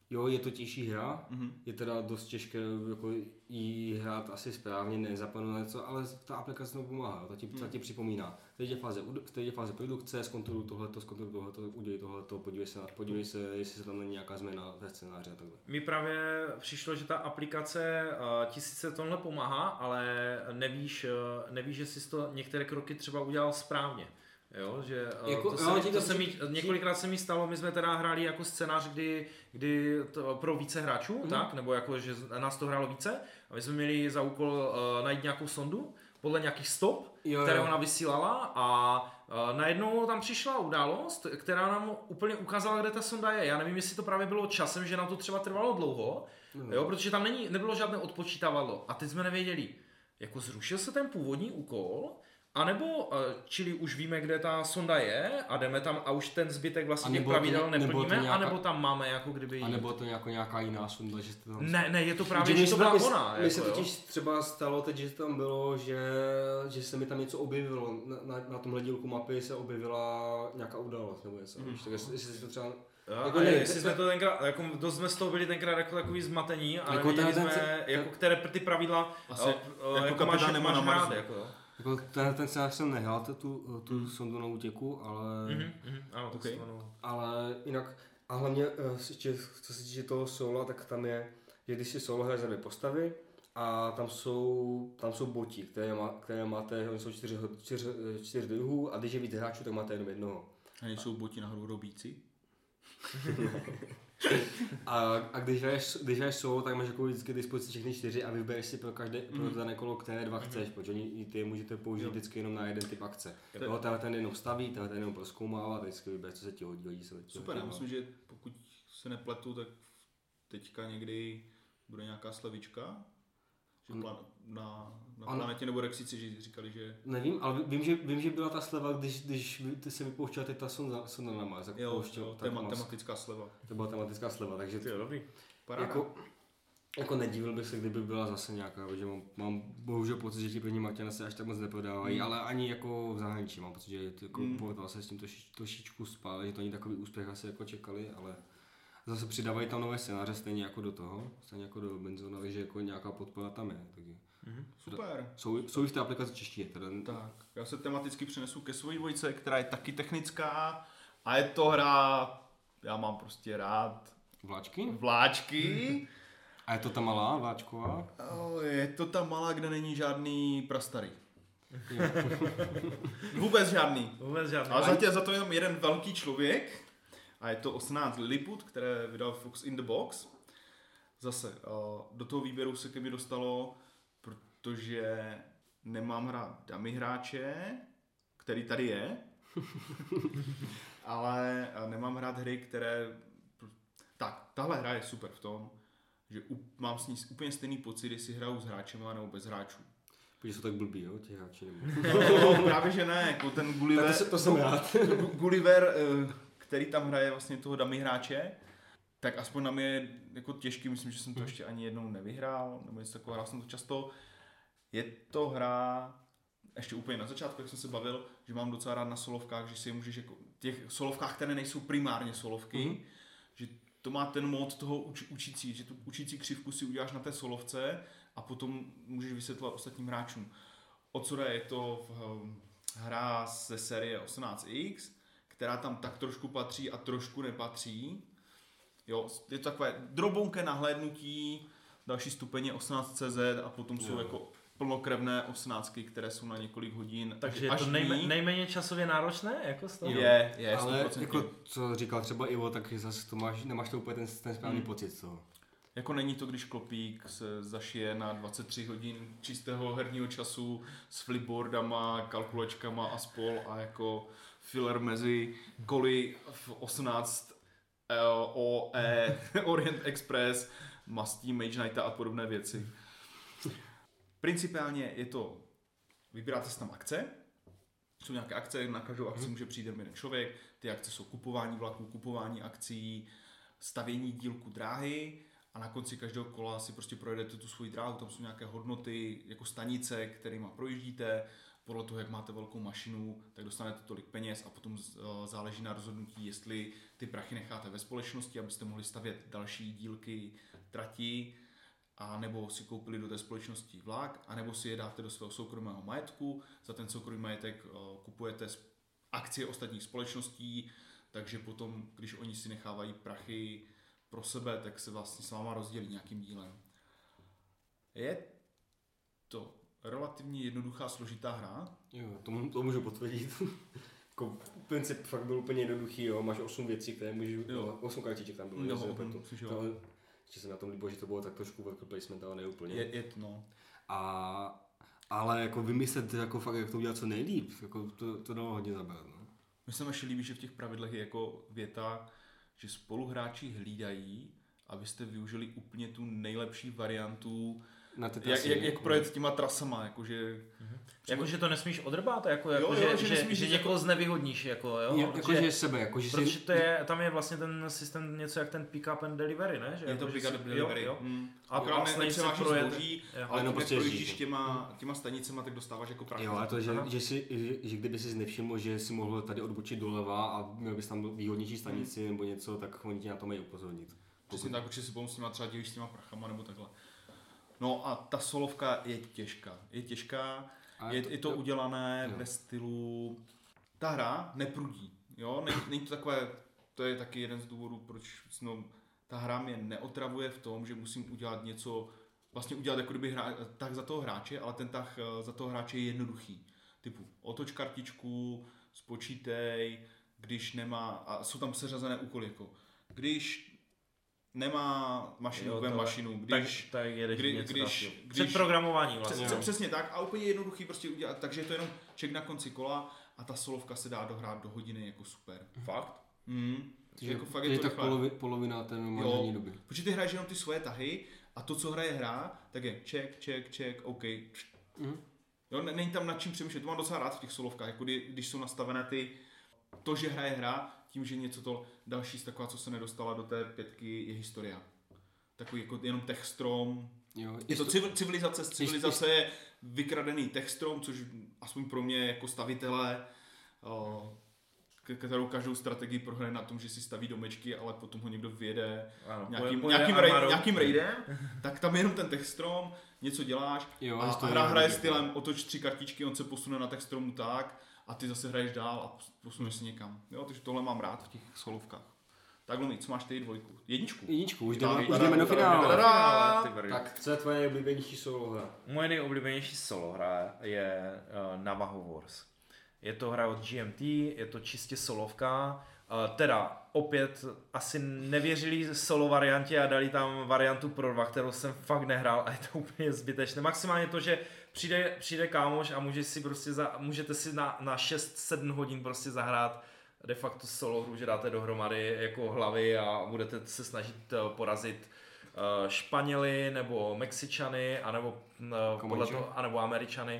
Jo, je to těžší hra, Mm-hmm. je teda dost těžké jako jí hrát asi správně, nezapomenout na něco, ale ta aplikace tomu pomáhá, ta ti, ta ti připomíná. Teď je fáze, teď je fáze produkce, zkontroluj tohleto, zkontroluj tohleto, udělej tohleto, podívej se, na, podívej se, jestli se tam není nějaká změna ve scénáři a takhle. Mi právě přišlo, že ta aplikace uh, ti sice tohle pomáhá, ale nevíš, uh, nevíš, že jsi to některé kroky třeba udělal správně. Jo, že uh, Jako, to, se, jo, mi, ti to to se mi, při- několikrát se mi stalo, my jsme teda hráli jako scénář, kdy, kdy to, pro více hráčů, Mhm. tak, nebo jako, že nás to hrálo více a my jsme měli za úkol uh, najít nějakou sondu podle nějakých stop, Jo, které jo. ona vysílala a uh, najednou tam přišla událost, která nám úplně ukázala, kde ta sonda je. Já nevím, jestli to právě bylo časem, že nám to třeba trvalo dlouho, Mhm. jo, protože tam není, nebylo žádné odpočítávadlo a teď jsme nevěděli, jako zrušil se ten původní úkol, anebo, uh, čili už víme, kde ta sonda je a jdeme tam a už ten zbytek A vlastně těch nebo to pravidel ně- nebo to neplníme, nějaká- anebo tam máme jako kdyby A jít. nebo to jako nějaká jiná sonda, že jste tam... Ne, ne, je to Že právě, my že to jsme- byla my- ona. Mně se jako, jo. totiž třeba stalo teď, že tam bylo, že, že se mi tam něco objevilo. Na, na, na tomhle dílku mapy se objevila nějaká událost nebo něco. Mhm. Mm. Tak jestli, jestli si to třeba... Jo, Jako a ne, jestli to- jsme to tenkrát, jako dost jsme z toho byli tenkrát jako takový zmatení a Jako nevěděli ten- ten- jsme, ten- jako které ty pravidla, Asi jo, jo, jako jako kapitán máš, Nemo máš na hrát, Marsu. jako jo. Jako ten, ten scénář jsem nehrál, tu, tu, tu sondu na útěku, ale... Mhm, mhm, ano, to Okay. se jmenovalo. Ale jinak, a hlavně, eh, ještě, co se týče toho sola, tak tam je, že když si solo hraje za dvě postavy a tam jsou, tam jsou boti, které, má, které máte, oni jsou čtyři, čtyři, čtyři druhů a když je víc hráčů, tak máte jenom jednoho. A nejsou boti nahoru robíci? A, a když hraješ, když hraješ solo, tak máš jako vždycky k dispozici všechny čtyři a vybereš si pro každé, pro Mhm. dané kolo, které dva chceš, protože oni, ty je můžete použít Jo. vždycky jenom na jeden typ akce. To- Jo, tenhle ten jenom staví, tenhle ten jenom prozkoumává, vždycky vybereš, co se ti hodí, hodí se. Super, já myslím, že pokud se nepletu, tak teďka někdy bude nějaká slevička, že Ano. plan, na, na Ano. planetě nebo Rexici že říkali, že Nevím, ale vím, že, vím, že byla ta sleva, když, když vy- ty se vypouštěla teď ta sonda, sonda na Mars, tak jo, pouštěl, jo tak téma, Mars- tematická sleva. to byla tematická sleva, takže Ty jo, dobrý. Paráda. jako, jako nedivil bych se, kdyby byla zase nějaká, protože mám, mám bohužel pocit, že ti první Matěna se až tak moc neprodávají, Hmm. ale ani jako v zahraničí mám pocit, že to jako Hmm. portál se s tím troši, trošičku spál, že to není takový úspěch asi jako čekali, ale zase přidávají tam nové scénáře stejně jako do toho, stejně jako do Benzona, takže jako nějaká podpora tam je, takže Mhm. Super. jsou, jsou i v té aplikaci češtině, teda Tak, já se tematicky přenesu ke svojí dvojce, která je taky technická a je to hra, já mám prostě rád vláčky. vláčky. A je to ta malá vláčková? Oh, je to ta malá, kde není žádný prastarý. Vůbec žádný. Vůbec žádný. Ale zatím za to jenom jeden velký člověk a je to osmnáct Lilliput, které vydal Fox in the Box. Zase, uh, do toho výběru se ke mně dostalo, protože nemám hrát dummy hráče, který tady je, ale uh, nemám hrát hry, které... Tak, tahle hra je super v tom, že u, mám s ní úplně stejný pocit, jestli hraju s hráčema nebo bez hráčů. Protože jsou tak blbý, jo, ti hráči nebo... No, právě že ne, jako ten Gulliver, Tak to, se, to jsem rád. Gulliver, eh, který tam hraje vlastně toho dummy hráče, tak aspoň na mě je jako těžký, myslím, že jsem to ještě ani jednou nevyhrál, nebo něco takového, hrál jsem to často. Je to hra, ještě úplně na začátku, jak jsem se bavil, že mám docela rád na solovkách, že si je můžeš jako, těch solovkách, které nejsou primárně solovky, Mhm. že to má ten mod toho uč, učící, že tu učící křivku si uděláš na té solovce a potom můžeš vysvětlovat ostatním hráčům. O co jde, je to v, hra ze série osmnáct X, která tam tak trošku patří a trošku nepatří. Jo, je to takové drobounké nahlédnutí, další stupeň je osmnáct C Z a potom jsou Jo. jako plnokrevné osmnáctky, které jsou na několik hodin. Takže je až to nejme, dní. nejméně časově náročné, jako z toho? Je, je, Ale sto procent. jako, co říkal třeba Ivo, tak zase to máš, nemáš to úplně ten, ten správný Hmm. pocit z toho. Jako není to, když klopík se zašije na dvacet tři hodin čistého herního času s flipboardama, kalkulačkama a spol a jako filler mezi koly v osmnáct L, O, E, Orient Express, mastí Mage Knighta a podobné věci. Principiálně je to, vybíráte si tam akce, jsou nějaké akce, na každou akci může přijít jeden člověk, ty akce jsou kupování vlaků, kupování akcí, stavění dílku dráhy a na konci každého kola si prostě projedete tu svoji dráhu, tam jsou nějaké hodnoty, jako stanice, kterýma projíždíte podle toho, jak máte velkou mašinu, tak dostanete tolik peněz a potom záleží na rozhodnutí, jestli ty prachy necháte ve společnosti, abyste mohli stavět další dílky trati, a nebo si koupili do té společnosti vlak, a nebo si je dáte do svého soukromého majetku, za ten soukromý majetek kupujete akcie ostatních společností, takže potom, když oni si nechávají prachy pro sebe, tak se vlastně s váma rozdělí nějakým dílem. Je to relativně jednoduchá, složitá hra. Jo, to, to můžu potvrdit. Jako princip fakt byl úplně jednoduchý, jo. Máš osm věcí, které můžu, jo. osm kartiček tam bylo. Jo, to, open, to, to, to, ještě se na tom líbilo, že to bylo tak trošku worker placement, ale ne úplně. Je, je to, no. A, ale jako vymyslet, jako fakt, jak to udělat co nejlíp, jako to, to dalo hodně zabrat, no. Mně se ještě líbí, že v těch pravidlech je jako věta, že spoluhráči hlídají, abyste využili úplně tu nejlepší variantu, na ty jak, jak, jak projet těma trasama, jakože... Mhm. Jakože to nesmíš odrbát, jako, jo, jako jo, že, že, že, že někoho znevýhodníš, jako jo. Je, jako, že sebe, jako, že protože si... to je, tam je vlastně ten systém něco jak ten pick up and delivery, ne? Že je to jako, pick up and delivery, jo. Hmm. A akorát ne, nepřevážíš zboží, ale no, prostě prostě projíždíš těma, těma stanicema, tak dostáváš jako prachy. Jo, ale to, že, že, si, že, že kdyby si nevšiml, že si mohl tady odbočit doleva a měl bys tam výhodnější stanici hmm. nebo něco, tak oni tě na to mají upozornit. Přesně tak, protože si potom s nima třeba dělíš s těma prachama nebo takhle. No a ta solovka je těžká. Je těžká, je to, je to udělané jo. ve stylu... Ta hra neprudí, jo? Není, není to takové... To je taky jeden z důvodů, proč no, ta hra mě neotravuje v tom, že musím udělat něco... Vlastně udělat jako kdyby hra, tah za toho hráče, ale ten tah za toho hráče je jednoduchý. Typu otoč kartičku, spočítej, když nemá... A jsou tam seřazené úkoly, jako... Když... nemá mašinu, vem mašinu, když, tak, tak jedeš kdy, něco když, když, předprogramování vlastně. Přes, přesně tak a úplně jednoduchý prostě udělat, takže je to jenom check na konci kola a ta solovka se dá dohrát do hodiny jako super. Fakt? Mm. Takže jako fakt je, je to tak polovi, polovina té normální doby. Protože ty hraješ jenom ty svoje tahy a to, co hraje hra, tak je check, check, check, OK. Mm. Jo, není tam nad čím přemýšlet, to mám docela rád v těch solovkách, jako kdy, když jsou nastavené ty, to, že hraje hra, tím, že něco to další z taková, co se nedostala do té pětky, je historia. Takový jako jenom techstrom. Jo, je to civilizace, z civilizace je vykradený techstrom, což aspoň pro mě jako stavitele, kterou každou strategii prohraje na tom, že si staví domečky, ale potom ho někdo vyjede ano, nějakým, poje, nějakým, poje raid, nějakým raidem, tak tam je jenom ten techstrom, něco děláš jo, a hra hraje stylem otoč tři kartičky, on se posune na techstromu tak, a ty zase hraješ dál a posuneš se někam. Jo, takže tohle mám rád v těch solovkách. Tak Lumi, co máš ty dvojku? Jedničku? Jedničku, už jdeme, už jdeme do finále. Tak, co je tvoje nejoblíbenější solo hra? Moje nejoblíbenější solo hra je uh, Navajo Wars. Je to hra od G M T, je to čistě solovka. Uh, teda opět asi nevěřili solo variantě a dali tam variantu pro dva, kterou jsem fakt nehrál a je to úplně zbytečné. Maximálně to, že přijde, přijde kámoš a může si prostě za, můžete si na, na šest sedm hodin prostě zahrát de facto solo hru, že dáte dohromady jako hlavy a budete se snažit porazit uh, Španěly nebo Mexičany anebo, uh, podle toho, anebo Američany.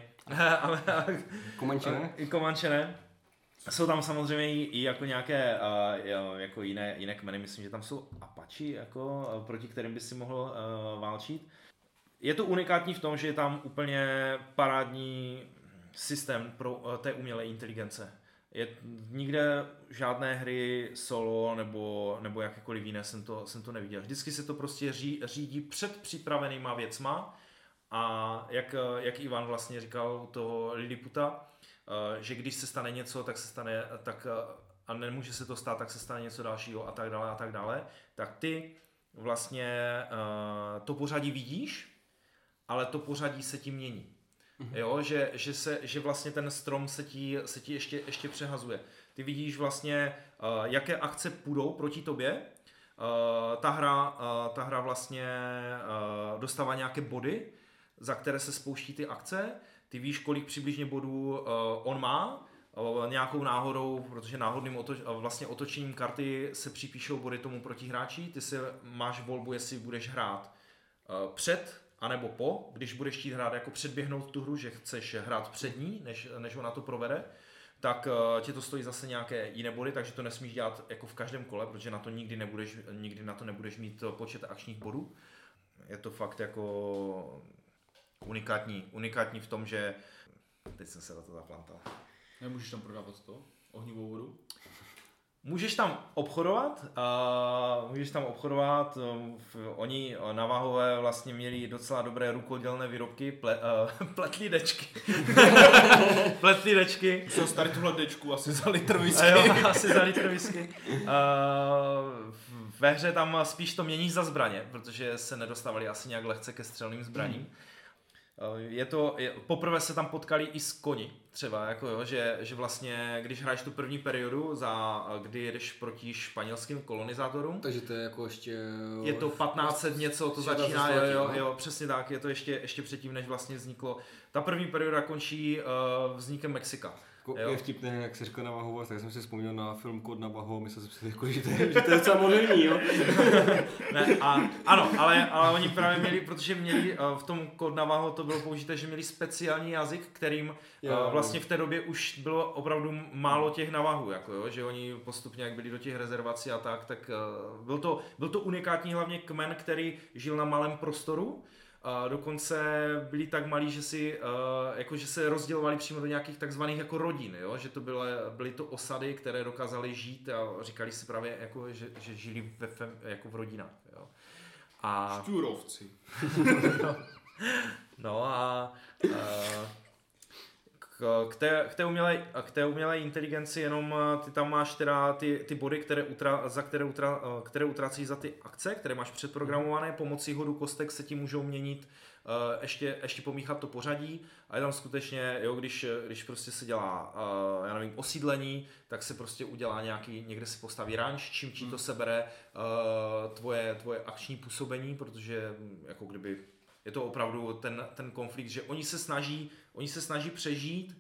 Komančené? I Komančené. Jsou tam samozřejmě i jako nějaké uh, jako jiné, jiné kmeny, myslím, že tam jsou Apači, jako, uh, proti kterým by si mohl uh, válčit. Je to unikátní v tom, že je tam úplně parádní systém pro uh, té umělé inteligence. Je nikde žádné hry solo nebo, nebo jakékoliv jiné jsem to, jsem to neviděl. Vždycky se to prostě ří, řídí před připravenýma věcma a jak, jak Ivan vlastně říkal u toho Liliputa, že když se stane něco, tak se stane, tak, a nemůže se to stát, tak se stane něco dalšího a tak dále a tak dále, tak ty vlastně to pořadí vidíš, ale to pořadí se ti mění. Mm-hmm. Jo, že, že, se, že vlastně ten strom se ti, se ti ještě, ještě přehazuje. Ty vidíš vlastně, uh, jaké akce půjdou proti tobě. Uh, ta, hra, uh, ta hra vlastně uh, dostává nějaké body, za které se spouští ty akce. Ty víš, kolik přibližně bodů uh, on má. Uh, nějakou náhodou, protože náhodným otoč, uh, vlastně otočením karty se připíšou body tomu protihráči. Ty si máš volbu, jestli budeš hrát uh, před a nebo po, když budeš chtít hrát jako předběhnout tu hru, že chceš hrát před ní, než, než ona to provede, tak uh, tě to stojí zase nějaké jiné body, takže to nesmíš dělat jako v každém kole, protože na to nikdy nebudeš, nikdy na to nebudeš mít počet akčních bodů. Je to fakt jako unikátní, unikátní v tom, že Teď jsem se do toho zaplantal. Nemůžeš tam prodávat to? Ohnivou vodu? Můžeš tam obchodovat, uh, můžeš tam obchodovat, um, v, oni na Váhové vlastně měli docela dobré rukodělné výrobky, ple, uh, pletlí dečky. pletlí dečky. Musel starý tuhle dečku asi za litr whisky. Jo, asi za litr whisky. Uh, ve hře tam spíš to měníš za zbraně, protože se nedostávali asi nějak lehce ke střelným zbraním. Hmm. Je to, je, poprvé se tam potkali i s koni, třeba, jako jo, že, že vlastně, když hraješ tu první periodu, za, kdy jedeš proti španělským kolonizátorům. Takže to je jako ještě... Je to patnáct set něco, to začíná, jo, jo, jo, přesně tak, je to ještě, ještě předtím, než vlastně vzniklo. Ta první perioda končí uh, vznikem Mexika. Jo. Je vtipné, jak se říkal na Navajo, tak jsem si vzpomněl na film Kód Navajo, myslel jsem si, jako, že, to je, že to je docela moderní, jo? Ne, a, ano, ale, ale oni právě měli, protože měli v tom Kód Navajo to bylo použité, že měli speciální jazyk, kterým jo, vlastně v té době už bylo opravdu málo těch Navahů, jako jo, že oni postupně, jak byli do těch rezervací a tak, tak byl to, byl to unikátní hlavně kmen, který žil na malém prostoru. Uh, dokonce byli tak malí, že si, uh, jako, že se rozdělovali přímo do nějakých takzvaných jako rodin, jo? Že to byly, byly to osady, které dokázaly žít a říkali si právě, jako, že, že žili ve, jako v rodinách. Jo? A... Šťůrovci. no, no a uh, k, k, té, k, té umělé, k té umělé inteligenci jenom ty tam máš teda ty, ty body, které, utra, za které, utra, které utracíš za ty akce, které máš předprogramované, pomocí hodu kostek se ti můžou měnit, uh, ještě, ještě pomíchat to pořadí a je tam skutečně, jo, když, když prostě se dělá, uh, já nevím, osídlení, tak se prostě udělá nějaký, někde se postaví ranč, čím ti to sebere uh, tvoje, tvoje akční působení, protože jako kdyby je to opravdu ten, ten konflikt, že oni se snaží, oni se snaží přežít,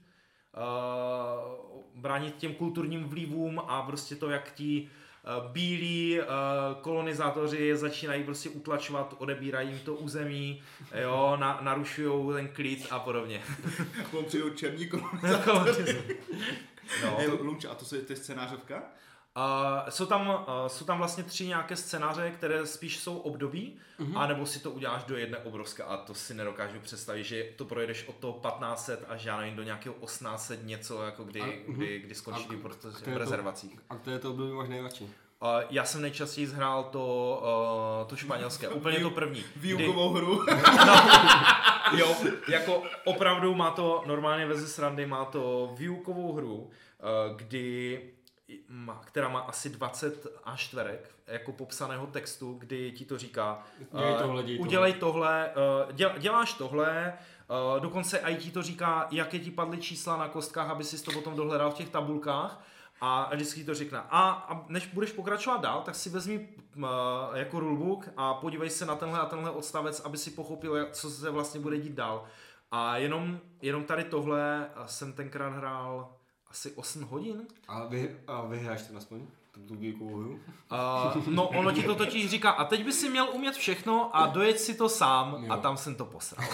uh, bránit těm kulturním vlivům a prostě to, jak ti uh, bílí uh, kolonizátoři začínají prostě utlačovat, odebírají jim to území, jo, na, narušují ten klid a podobně. Potom přijdou černí kolonizátoři. No. Hey, Lumče, a to, se, to je scénářovka? Uh, jsou, tam, uh, jsou tam vlastně tři nějaké scénáře, které spíš jsou období, mm-hmm. anebo si to uděláš do jedné obrovské a to si nedokážu představit, že to projedeš od toho patnáct set až já nevím do nějakého osmnáct set něco, jako kdy, a, kdy, kdy skončí prostě v rezervacích. A které to období máš nejradši? Uh, já jsem nejčastěji zhrál to, uh, to španělské, úplně to první. Výukovou kdy... hru. No, jo, jako opravdu má to, normálně ve srandy má to výukovou hru, uh, kdy která má asi dvacet a čtverek jako popsaného textu, kdy ti to říká dělej tohle, dělej udělej tohle, děl, děláš tohle, dokonce i ti to říká, jaké ti padly čísla na kostkách, aby si to potom dohledal v těch tabulkách a vždycky to řekne. A, a než budeš pokračovat dál, tak si vezmi uh, jako rulebook a podívej se na tenhle a tenhle odstavec, aby si pochopil, co se vlastně bude dít dál. A jenom, jenom tady tohle jsem tenkrát hrál asi osm hodin. A vy, a vy hraješ ten aspoň? Tu výukovou hru? Uh, no ono ti to totiž říká, a teď by si měl umět všechno a dojet si to sám jo. A tam jsem to posral.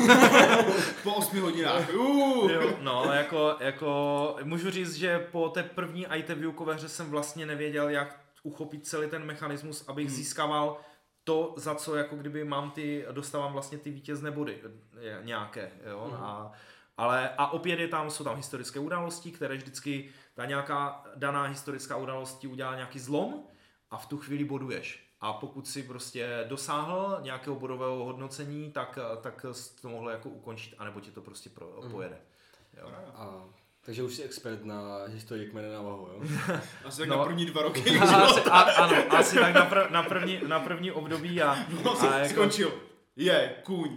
Po osmi hodinách. Uh. Jo, no jako, jako můžu říct, že po té první I T výukové hře jsem vlastně nevěděl, jak uchopit celý ten mechanismus, abych hmm. získával to, za co jako kdyby mám ty, dostávám vlastně ty vítězné body nějaké, jo, hmm. a Ale a opět je tam, jsou tam historické události, které vždycky ta nějaká daná historická událost ti udělá nějaký zlom a v tu chvíli boduješ. A pokud si prostě dosáhl nějakého bodového hodnocení, tak, tak to mohlo jako ukončit, anebo ti to prostě pro, pojede. Jo. A, takže už jsi expert na historii kmene Navajo, jo? Asi tak no, na první dva roky. Asi, a, ano, asi tak na, prv, na, první, na první období a, no, a jako, skončil. Je, kůň.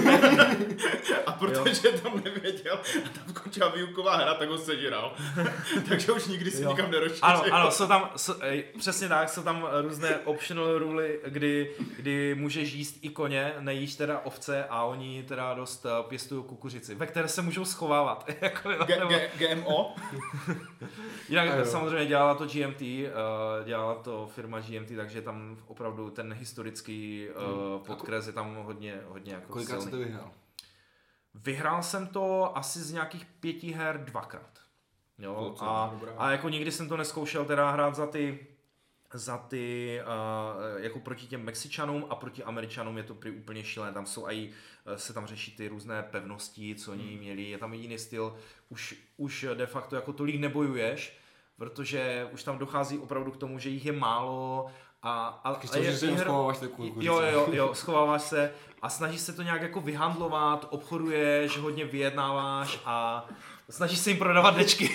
A protože jo. tam nevěděl a tam skončila výuková hra, tak ho sežral. Takže už nikdy si jo. nikam nerozšířil. Ano, ano, jsou tam, jsou, přesně tak, jsou tam různé optional ruly, kdy, kdy můžeš jíst i koně, nejíš teda ovce a oni teda dost pěstují kukuřici, ve které se můžou schovávat. jako, jo, G- G- G M O? Jinak samozřejmě dělala to G M T, dělala to firma G M T, takže tam opravdu ten historický hmm. podkres je tam hodně, hodně jako Kolikrát silný. jsi to vyhrál? Vyhrál jsem to asi z nějakých pěti her dvakrát. Jo, a, a jako nikdy jsem to neskoušel teda hrát za ty za ty, uh, jako proti těm Mexičanům a proti Američanům je to prý úplně šílené, tam jsou i, se tam řeší ty různé pevnosti, co oni hmm. měli, je tam jiný styl, už, už de facto jako tolik nebojuješ, protože už tam dochází opravdu k tomu, že jich je málo a, a, a je, že je, schováváš takovou jo, jo, jo, schováváš se a snažíš se to nějak jako vyhandlovat, obchoduješ, hodně vyjednáváš a snažíš se jim prodávat dečky.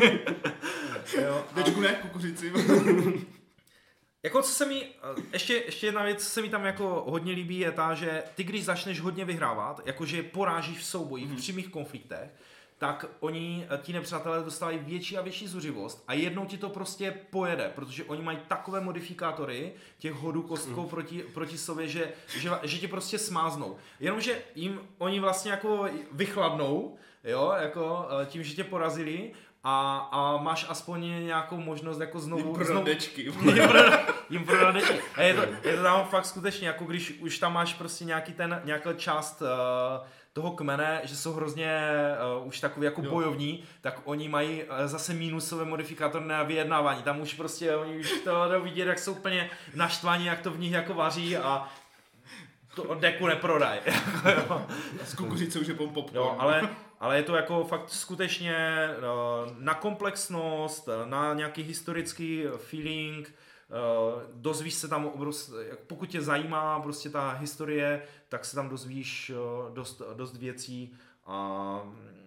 Jo, dečku ne, kukuřici. Jako co se mi, ještě, ještě jedna věc, co se mi tam jako hodně líbí, je ta, že ty když začneš hodně vyhrávat, jakože porážíš v soubojích, v přímých konfliktech, tak oni, ti nepřátelé dostávají větší a větší zuřivost a jednou ti to prostě pojede, protože oni mají takové modifikátory těch hodů kostkou mm. proti, proti sobě, že, že, že ti prostě smáznou. Jenomže jim oni vlastně jako vychladnou, jo, jako tím, že tě porazili, A, a máš aspoň nějakou možnost jako znovu... Jim prodat dečky. Jim prodat dečky. A je to, je to tam fakt skutečně, jako když už tam máš prostě nějaký ten, nějaká část uh, toho kmene, že jsou hrozně uh, už takový jako jo. bojovní, tak oni mají uh, zase mínusové modifikátory na vyjednávání. Tam už prostě, oni už to jdou vidět, jak jsou úplně naštvaní, jak to v nich jako vaří a to deku neprodaj. S kukuřicou, že pom popcorn. Jo, ale... Ale je to jako fakt skutečně na komplexnost, na nějaký historický feeling, dozvíš se tam obrovský, pokud tě zajímá prostě ta historie, tak se tam dozvíš dost, dost věcí a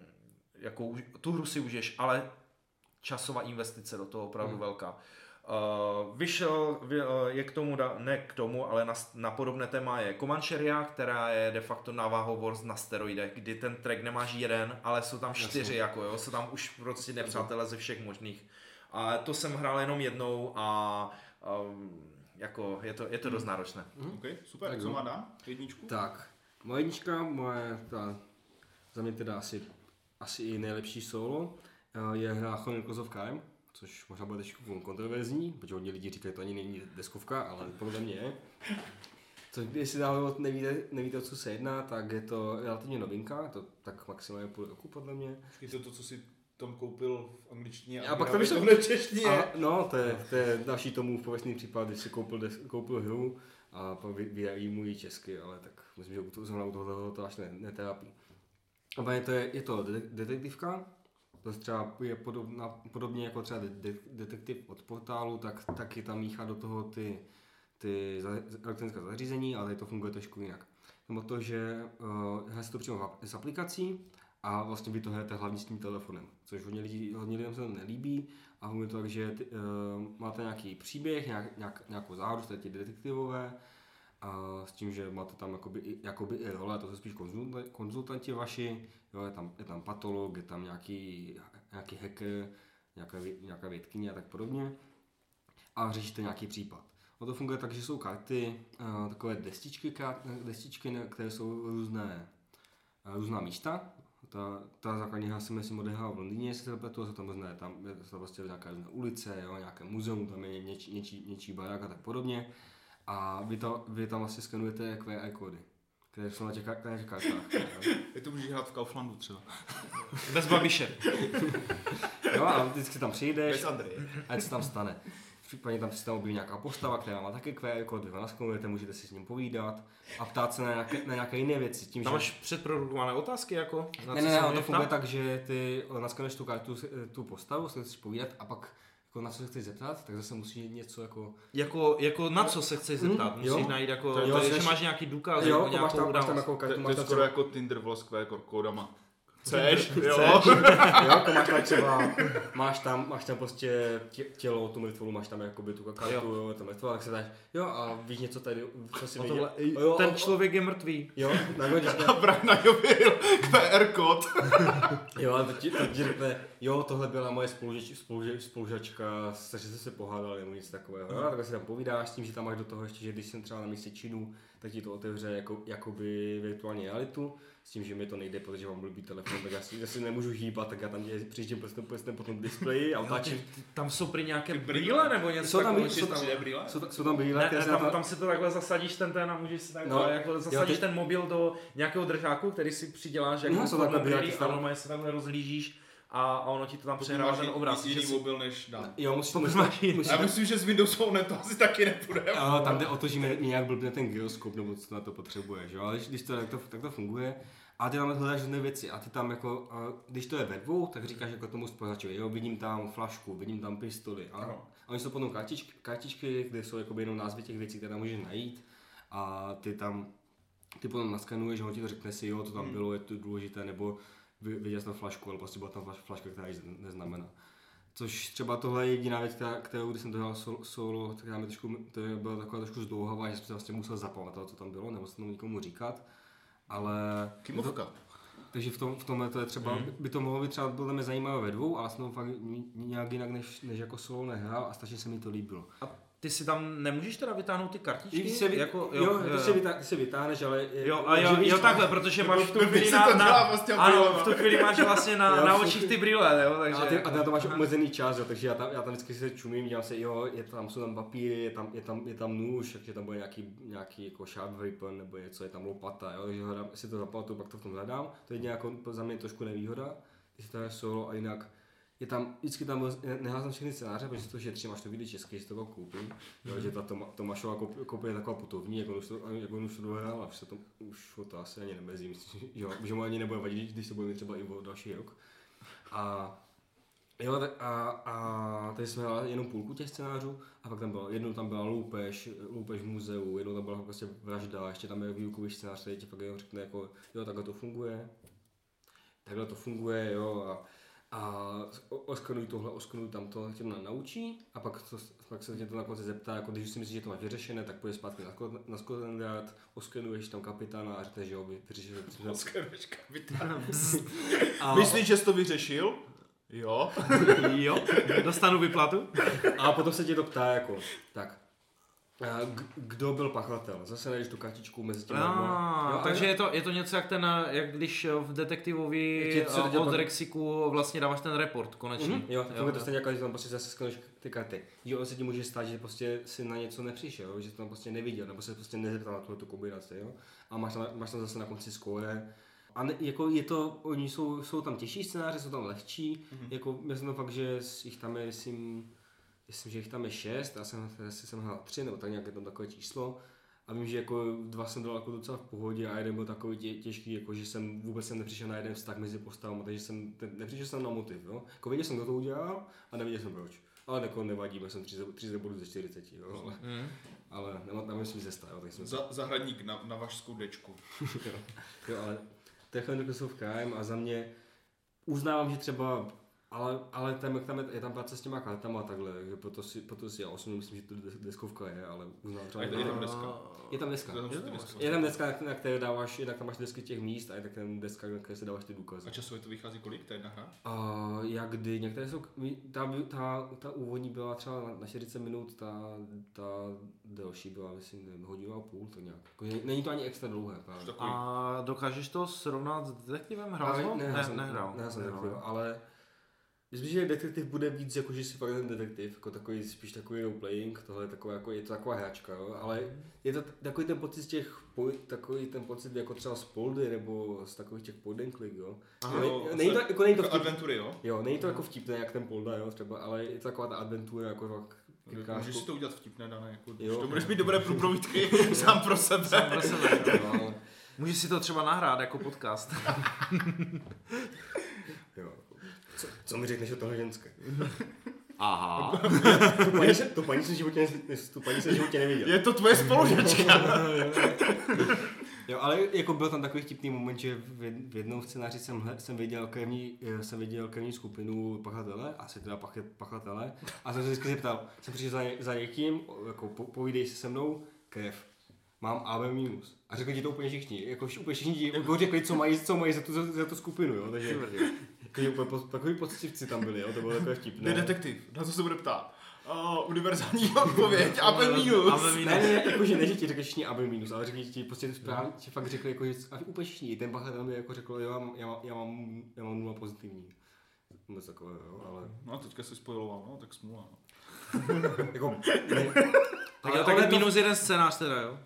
jako tu hru si užiješ, ale časová investice do toho opravdu hmm. velká. Uh, vyšel, vy, uh, je k tomu, da, ne k tomu, ale na, na podobné téma je Comancheria, která je de facto Navajo Wars na steroidech, kdy ten track nemáš jeden, ale jsou tam čtyři, Jasně. jako jo, jsou tam už prostě nepřátelé ze všech možných. A to jsem hrál jenom jednou a um, jako je to, je to dost náročné. Mm. Ok, super, tak co má dá? Jedničku? Tak, moje jednička, moje, ta, za mě teda asi, asi i nejlepší solo, je hra Chronicles of Crime. Což možná bude trošku kontroverzní, protože hodně lidí říkají, že to ani není deskovka, ale podle mě je. Což když si dávno nevíte, nevíte, o co se jedná, tak je to relativně novinka, to tak maximálně půl roku podle mě. Je to to, co si Tom koupil v angličtině a, a pak to vyšlo v češtině. A, no, to je, to je další tomu pověstný případ, když si koupil, des, koupil hru a pak vydají mu ji česky, ale tak myslím, že to zrovna u tohoto to až ne, netrápí. A je to, je, je to detektivka. To třeba je podobná, podobně jako třeba de- detektiv od portálu, tak taky tam míchá do toho ty, ty elektronická zařízení, ale to funguje trošku jinak. Nebo to, že uh, hraje se to přímo z aplikací a vlastně vy to hrajete hlavně s tím telefonem, což hodně, lidí, hodně lidem se to nelíbí a funguje to tak, že ty, uh, máte nějaký příběh, nějak, nějak, nějakou záhodu, jste ti detektivové, a s tím, že máte tam jakoby i, jakoby i role, to jsou spíš konzultanti, konzultanti vaši, jo, je, tam, je tam patolog, je tam nějaký, nějaký hacker, nějaká, nějaká vědkyně a tak podobně a řešíte nějaký případ. No to funguje tak, že jsou karty, uh, takové destičky, destičky, které jsou různé, uh, různá místa. Ta, ta základní hra se myslím odehrává v Londýně, jestli se repletu, jsou tam různé, tam je to prostě nějaká různá ulice, jo, nějaké muzeum, tam je něčí, něčí, něčí barák a tak podobně. A vy, to, vy tam vlastně skenujete Q R kódy, které jsou na těch, na těch kartách. Je to můžeš hrát v Kauflandu třeba. Bez Babiše. Jo, a vždycky tam přijdeš a co se tam stane. Případně tam si tam objeví nějaká postava, která má taky Q R kód, vy ho naskenujete, můžete si s ním povídat a ptát se na nějaké, na nějaké jiné věci. Tím, tam že... máš předprodukované otázky jako? Ne, ne, ne, to funguje tak, že ty naskenuješ tu kartu, tu postavu, si chceš povídat a pak jako na co se chceš zeptat, tak zase musí něco jako... Jako, jako na co se chceš zeptat, mm, musíš jo? najít jako, to, jo, že máš nějaký důkaz, jo, jako nějakou tam, událost. Tam jako kartu, to, to je skoro jako Tinder vole s Q R kódama. Chceš? Jo. Jo, to máš tam třeba, máš tam, máš tam prostě tě, tělo, tu mrtvolu, máš tam jakoby tu kartu, jo, jo ta mrtvola, tak se dáš, jo a víš něco tady, co si viděl. Jo, ten člověk je mrtvý. Jo, nakonec. A Brana objevil Q R kód. Jo, a to ti, to ti řekne, jo, tohle byla moje spolužač, spoluž, spolužačka, takže jste se pohádali nebo něco takového. Jo, a takhle si tam povídáš s tím, že tam máš do toho ještě, že když jsem třeba na místě činu, tak ti to otevře jako, jakoby virtuální realitu. S tím, že mi to nejde, protože mám blbý telefon, tak já si, já si nemůžu hýbat, tak já tam přijíždím prstem, prstem po tom displeji a otáčím. Tam jsou prý nějaké brýle nebo něco jsou tam, takového? Jsou tam, brýle? Jsou, jsou tam brýle, ne, ne, tam, tam, tam si to takhle zasadíš ten ten a můžeš si takhle, no, jako zasadíš jo, ty... ten mobil do nějakého držáku, který si přiděláš jako no, brýlí a normálně se takhle rozhlížíš a, a ono ti to tam přehrává ten obraz. Jiný mobil než dám. Jo, musíš, Pokud musíš, máš jiný. musíš, Já myslím, že s Windows Phone to asi taky nepůjde. ale tam jde o to, že mě nějak blbne ten gyroskop, nebo co na to potřebuješ, jo, ale když, když to, tak, to, tak to funguje. A ty tam hledáš různé věci a ty tam jako, a když to je ve dvou, tak říkáš jako tomu spořačovi, jo, vidím tam flašku, vidím tam pistoli. A, a oni jsou potom kartičky, kartičky, kde jsou jakoby jenom názvy těch věcí, které tam můžeš najít. A ty tam, ty potom naskanuješ, že on ti to řekne si, jo, to tam hmm. bylo, je to důležité, nebo viděl jsi tam flašku, ale prostě byla tam flaška, která nic neznamená. Což třeba tohle je jediná věc, která, kterou, když jsem to hrál solo, která mi trošku, to byla taková trošku zdlouhavá, že jsem se vlastně musel zapamatovat, co tam bylo, nemusel jsem nikomu říkat. Ale... Kymovka. Takže v, tom, v tomhle to je třeba, mm. by to mohlo být třeba podle mě zajímavé ve dvou, ale jsem to fakt nějak jinak než, než jako solo nehrál a strašně se mi to líbilo. A ty si tam nemůžeš teda vytáhnout ty kartičky? Ty se, vy, jako, jo, jo, jo, ty, se vytá, ty se vytáhneš, ale... Jo, a jo, jo takhle, protože máš v tu chvíli na, na, na vlastně ano, v tu chvíli máš vlastně na, jo, na očích ty brýle, jo, takže... A, ty, a na to máš omezený čas, jo, takže já tam, já tam vždycky se čumím, dělám se, jo, je tam, jsou tam papíry, je tam, je tam, je tam nůž, takže tam bude nějaký, nějaký jako sharp weapon, nebo něco, je tam lopata, jo, takže hledám, si to zapamatuju, pak to v tom hledám, to je nějak za mě trošku nevýhoda, když si to je solo a jinak. Je tam, vždycky tam nehlásám všechny scénáře, protože to šetřím, až to vyjde česky, že to koupím. Jo, mm. že ta Toma, Tomášova kopie je taková putovní, jak on už to, jak on už to dohrál, a už, se to, už to asi ani nemezí, myslím, že, že mu ani nebude vadit, když to bude mít třeba i o další rok. A jo, a, a tady jsme hráli jenom půlku těch scénářů a pak tam byla, jednou tam byla loupež, loupež v muzeu, jednou tam byla prostě vražda, ještě tam je výukový scénář, který ti pak jenom řekne jako, jo, takhle to funguje, takhle to funguje, jo, a a oskanuj tohle, oskanuj tamto, tě to naučí a pak, to, pak se tě to na konci zeptá, jako když si myslíš, že to máš vyřešené, tak půjdeš zpátky na, na Scotland Yard, oskanuješ tam kapitána a řekneš, že jo, vyřešíš to. Oskanuješ kapitána. Myslíš, že jsi to vyřešil? Jo. Jo, dostanu vyplatu. A potom se tě to ptá jako, tak. Kdo byl pachatel? Zase najdeš tu kartičku mezi těmi. Ah, takže je to, je to něco jak ten, jak když v detektivovi od Rexiku vlastně dáváš ten report konečně. Mm-hmm. Jo, jo, to stejně jako, že tam prostě zase skanuješ ty karty. Jo, se ti může stát, že prostě si na něco nepřišel, že to tam prostě neviděl, nebo se prostě nezeptal na tuhle kombinaci, jo. A máš tam, máš tam zase na konci skóre. A ne, jako je to, oni jsou, jsou tam těžší scénáře, jsou tam lehčí, mm-hmm. jako myslím fakt, že jich tam je, myslím, Myslím, že jich tam je šest, já jsem, jsem hrál tři, nebo tak nějaké tam takové číslo. A vím, že jako dva jsem dal jako docela v pohodě a jeden byl takový tě, těžký, jako že jsem vůbec jsem nepřišel na jeden vztah mezi postavami, takže jsem nepřišel jsem na motiv, jo. Jako věděl jsem, kdo to udělal a nevěděl jsem proč. Ale jako nevadí, jsem tři bodů ze čtyřiceti, jo. Ale, mm. ale nemám svý zesta, jo. Tak jsem Za, zahradník na, na vašskou dečku. jo, jo, ale to je Chronicle of Crime a za mě uznávám, že třeba Ale, ale tam, tam je, je tam práce s těma kartama a takhle, takže proto si, proto si já osobně myslím, že to deskovka je, ale uznám třeba... Je tam deska. Je tam deska. Je tam deska, je tam deska na které dáváš, jednak tam máš desky těch míst a je tak ten deska, na které se dáváš ty důkazy. A časově to vychází kolik, ta jedna hra? Uh, jak kdy, některé jsou, ta, ta, ta úvodní byla třeba na, na čtyřicet minut, ta, ta delší byla, myslím, hodinu a půl, to nějak. Jako, není to ani extra dlouhé. A dokážeš to srovnat s detektivem? Hrál ne, ne, ne, nehrál. Ne, ne, ne, ale... Myslím, že detektiv bude víc jako, že si fakt ten detektiv, jako takový, spíš takový role-playing, tohle je taková, jako, je to taková hračka, jo? Ale je to takový ten pocit z těch, takový ten pocit jako třeba z Poldy, nebo z takových těch point and click, jo? Aha, ne, jo, není to, jako, není to vtip, adventury, jo? Jo, není to jako vtipné, jak ten Polda, jo, třeba, ale je to taková ta adventura, jako fakt. Můžeš si to udělat vtipné, Dané, jako, jo, to budeš mít dobré průpovídky sám pro sebe. Sám pro sebe, no, ale můžeš si to třeba nahrát jako podcast. Jo. Co, co mi řekneš o toho ženské? Aha. tu paní, tu paní jsem v životě, tu paní jsem v životě neviděl. Je to tvoje spolužačka. Jo, ale jako byl tam takový vtipný moment, že v jednom scénáři jsem, jsem viděl krevní, jsem viděl krevní skupinu pachatele, asi teda pachatele, a jsem se vždycky zeptal, jsem přišel za, za někým, jako po, povídej si se mnou, krev. Mám A B minus. A řekli ti to úplně všichni, jako úplně všichni ti jako řekli, co mají, co mají za, tu, za, za tu skupinu, jo, takže takový poctivci tam byli, jo, to bylo takové vtipné. Detektiv, na co se bude ptát? Uh, univerzální odpověď, A B minus. Ne, ne, ne, jakože ne, že ti řekli všichni A B minus, ale řekli ti prostě správně, ti fakt řekli, jako, že a úplně všichni, ten pachatel mi jako řekl, jo, já mám, já mám, já mám, já mám nula pozitivní. Vůbec takové, jo, ale... No, teďka se spojiloval, no, tak smůla, no. jako, ne, tak jo, tak minus jeden scénář teda, jo?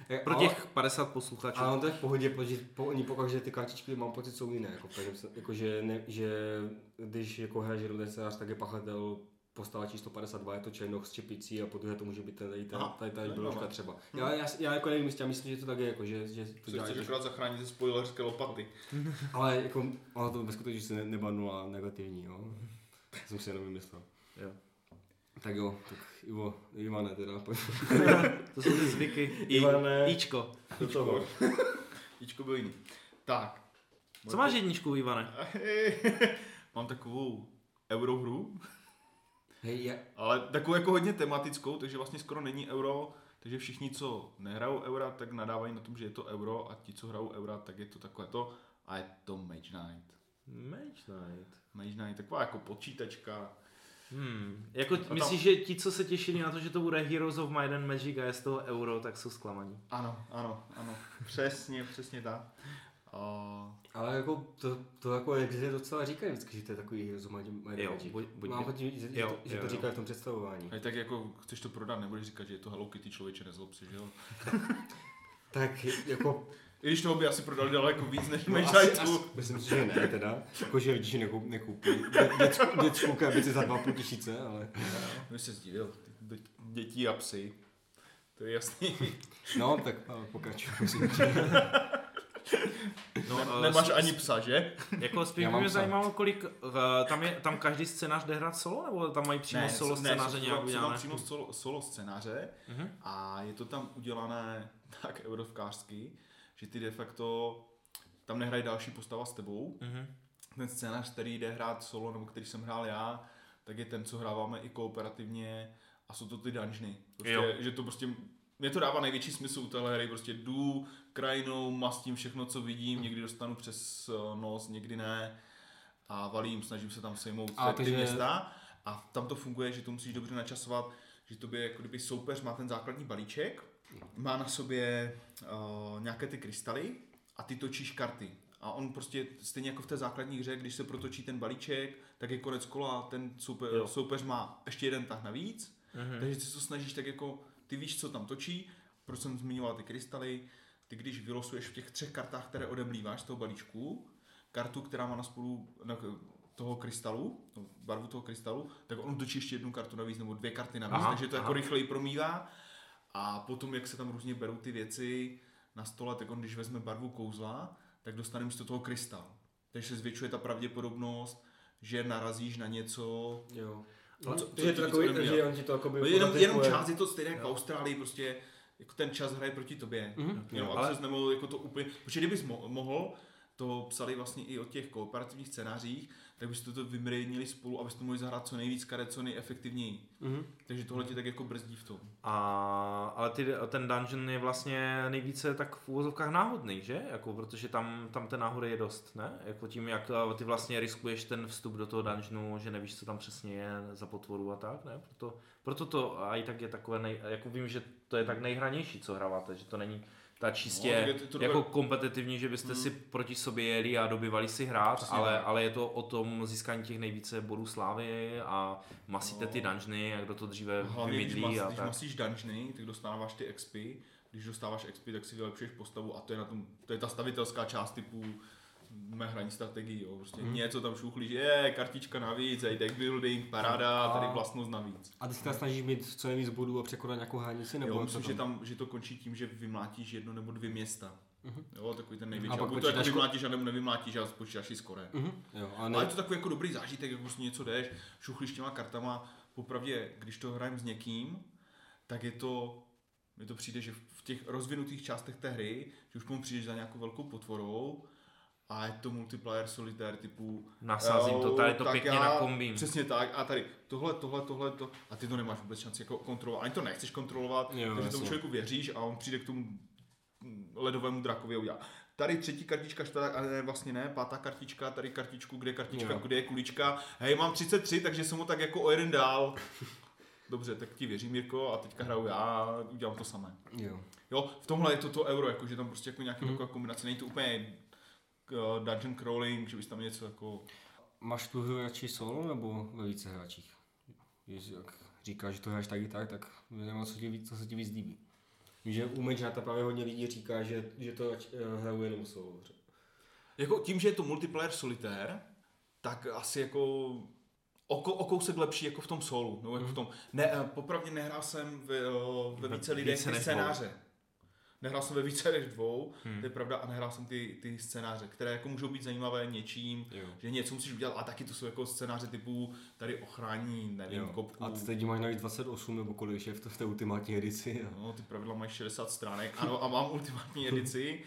Pro těch padesát posluchačů. Ale on to je v pohodě, protože po, oni pokaždé ty kartičky mám pocit jsou jiné, jako, jako že, ne, že když jako hraješ rovnocář, tak je pachatel postava číslo padesát dva, je to černoch s čepicí a podruhé to může být tady ta, tady, tady brouška třeba. Hmm. Já, já, já jako nevím, já myslím, že to tak je, jako, že, že to děláš. Chceš akorát zachránit ze spoilerské lopaty. Ale jako, ono to ve skutečnosti ne, nebadnula negativní, jo. Jsem si jenom vymyslel. Jo. Tak jo, tak Ivo, Ivane teda. To jsou ty zvyky. Ivane. Ičko. Do toho. Ičko byl jiný. Tak. Co máš jedničku, Ivane? Mám takovou eurohru. Hej, já... Ale takovou jako hodně tematickou, takže vlastně skoro není euro. Takže všichni, co nehrajou eura, tak nadávají na tom, že je to euro a ti, co hrajou eura, tak je to takové to. A je to Mage Knight. Mage Knight. Mage Knight, taková jako počítačka. Hmm. Jako tam... myslíš, že ti, co se těšili na to, že to bude Heroes of Might and Magic a je z toho euro, tak jsou zklamaní? Ano, ano, ano. Přesně, přesně tak. Uh... Ale jako to, to jako je docela říkají vždycky, že to je takový Heroes of Might and Magic. Buď, buď Mám pocit, že, že, jo, že jo, to jo. říkají v tom představování. A tak jako chceš to prodat, nebudeš říkat, že je to Hello Kitty, člověče, nezlob si, že jo? Tak jako... I když toho by asi prodali daleko víc než No, Mage Knightu. Myslím si, že ne teda. Jakože lidi nekoup, nekoupí dětskou, dětskou krabici za dva půl tisíce, ale... No, se zdivil, děti a psy. To je jasný. No, tak pokračuj. No, ne, nemáš ani psa, že? Jako spíš by mě zajímalo, kolik, uh, tam, je, tam každý scénář jde hrát solo, nebo tam mají přímo ne, solo scénáře ne, nějak udělané? Ne, přímo solo, solo scénáře uh-huh. a je to tam udělané tak eurovkářsky, že ty de facto tam nehrají další postava s tebou. Uh-huh. Ten scénář, který jde hrát solo, nebo který jsem hrál já, tak je ten, co hráváme i kooperativně a jsou to ty dungeony. Prostě, že to prostě mě to dává největší smysl u téhle hry, prostě jdu krajinou, mastím všechno, co vidím, někdy dostanu přes nos, někdy ne a valím, snažím se tam sejmout a ty takže... města a tam to funguje, že to musíš dobře načasovat, že tobě jako kdyby soupeř má ten základní balíček, má na sobě uh, nějaké ty krystaly a ty točíš karty. A on prostě stejně jako v té základní hře, když se protočí ten balíček, tak je konec kola, ten soupeř, soupeř má ještě jeden tah navíc, mm-hmm. takže si to snažíš tak jako ty víš, co tam točí, proč jsem zmiňoval ty krystaly, ty když vylosuješ v těch třech kartách, které odeblíváš z toho balíčku, kartu, která má na spodu toho krystalu, barvu toho krystalu, tak on točí ještě jednu kartu navíc, nebo dvě karty navíc, aha, takže to aha. jako rychleji promívá. A potom, jak se tam různě berou ty věci na stole, tak on když vezme barvu kouzla, tak dostane místo toho krystal. Takže se zvětšuje ta pravděpodobnost, že narazíš na něco. Jo. No, co, to je to takový, že on ti to jako by... Jenom, jenom čas, je to stejné jako v Austrálii, prostě jako ten čas hraje proti tobě. Mm-hmm. Jo, ale se nemohl jako to úplně, protože kdybys mo- mohl, to psali vlastně i o těch kooperativních scénářích, tak byste to vymrejnili spolu, abyste mohli zahrát co nejvíc karet, co nejefektivněji. Mm-hmm. Takže tohle ti tak jako brzdí v tom. A, ale ty, ten dungeon je vlastně nejvíce tak v úvozovkách náhodný, že? Jako, protože tam, tam té náhody je dost, ne? Jako tím, jak ty vlastně riskuješ ten vstup do toho dungeonu, že nevíš, co tam přesně je za potvoru a tak, ne? Proto, proto to a i tak je takové, nej, jako vím, že to je tak nejhranější, co hráváte, že to není ta čistě no, to jako dobe... kompetitivní, že byste hmm. si proti sobě jeli a dobývali si hrát, ale, ale je to o tom získání těch nejvíce bodů slávy a masíte no. ty dungeony, jak do to dříve hlavně, vymydlí když, mas, a když tak. masíš dungeony, tak dostáváš ty X P, když dostáváš X P, tak si vylepšuješ postavu a to je, na tom, to je ta stavitelská část typu mé hraní strategii, jo. Prostě hmm. něco tam šuchlíš, je, kartička navíc, je deck building, paráda, a tady vlastnost navíc. A ty si tam snažíš mít co nejvíc bodů a překonat nějakou hranici? Nebo jo, myslím, že, tam, že to končí tím, že vymlátíš jedno nebo dvě města. Uh-huh. Jo, takový ten největší. A pak buď to jako vymlátíš, anebo nevymlátíš a spočítáš si skore. Uh-huh. Jo, ale, ne... ale je to takový jako dobrý zážitek, jak prostě něco jdeš, šuchlíš těma kartama. Popravdě, když to hrajem s někým, tak je to, mi to přijde, že v těch rozvinutých částech té hry, že už mu přijdeš za nějakou velkou potvorou, a je to multiplayer solitér typu nasázím to, tady to pěkně já, nakombím. Přesně tak a tady tohle, tohle, tohle, to a ty to nemáš vůbec šanci jako kontrolovat, ani to nechceš kontrolovat, jo, takže tomu člověku věříš a on přijde k tomu ledovému drakovi a udělá. Tady třetí kartička, čtvrtá, ale ne, vlastně ne, pátá kartička, tady kartičku, kde je kartička, jo. kde je kulička, hej, mám třicet tři, takže jsem mu tak jako o jeden dál. Dobře, tak ti věřím, Jirko, a teďka hraju já a udělám to samé. Jo. Jo, v tomhle je to to euro, jako, že tam prostě jako nějaký mm. taková kombinace, není to úplně uh, dungeon crawling, že bys tam něco jako... Máš tu hru radši solo nebo ve více hráčích? Když říkáš, že to hraješ tak i tak, tak nevím, co, ti, co se ti víc líbí. Že u Manchata právě hodně lidí říká, že, že to hrajou jenom solo. Jako tím, že je to multiplayer solitér, tak asi jako o, o kousek lepší jako v tom solu. No, jako v tom. Ne, popravdě nehrál jsem ve, ve více lidech ty scénáře. Nehrál jsem ve více než dvou, hmm. to je pravda, a nehrál jsem ty, ty scénáře, které jako můžou být zajímavé něčím, jo. že něco musíš udělat, a taky to jsou jako scénáře typu tady ochrání, nevím, jo. kopku. A teď máš navíc dvacet osm nebo kolik je v, v té ultimátní edici. No, ty pravidla mají šedesát stránek, ano, a mám ultimátní edici,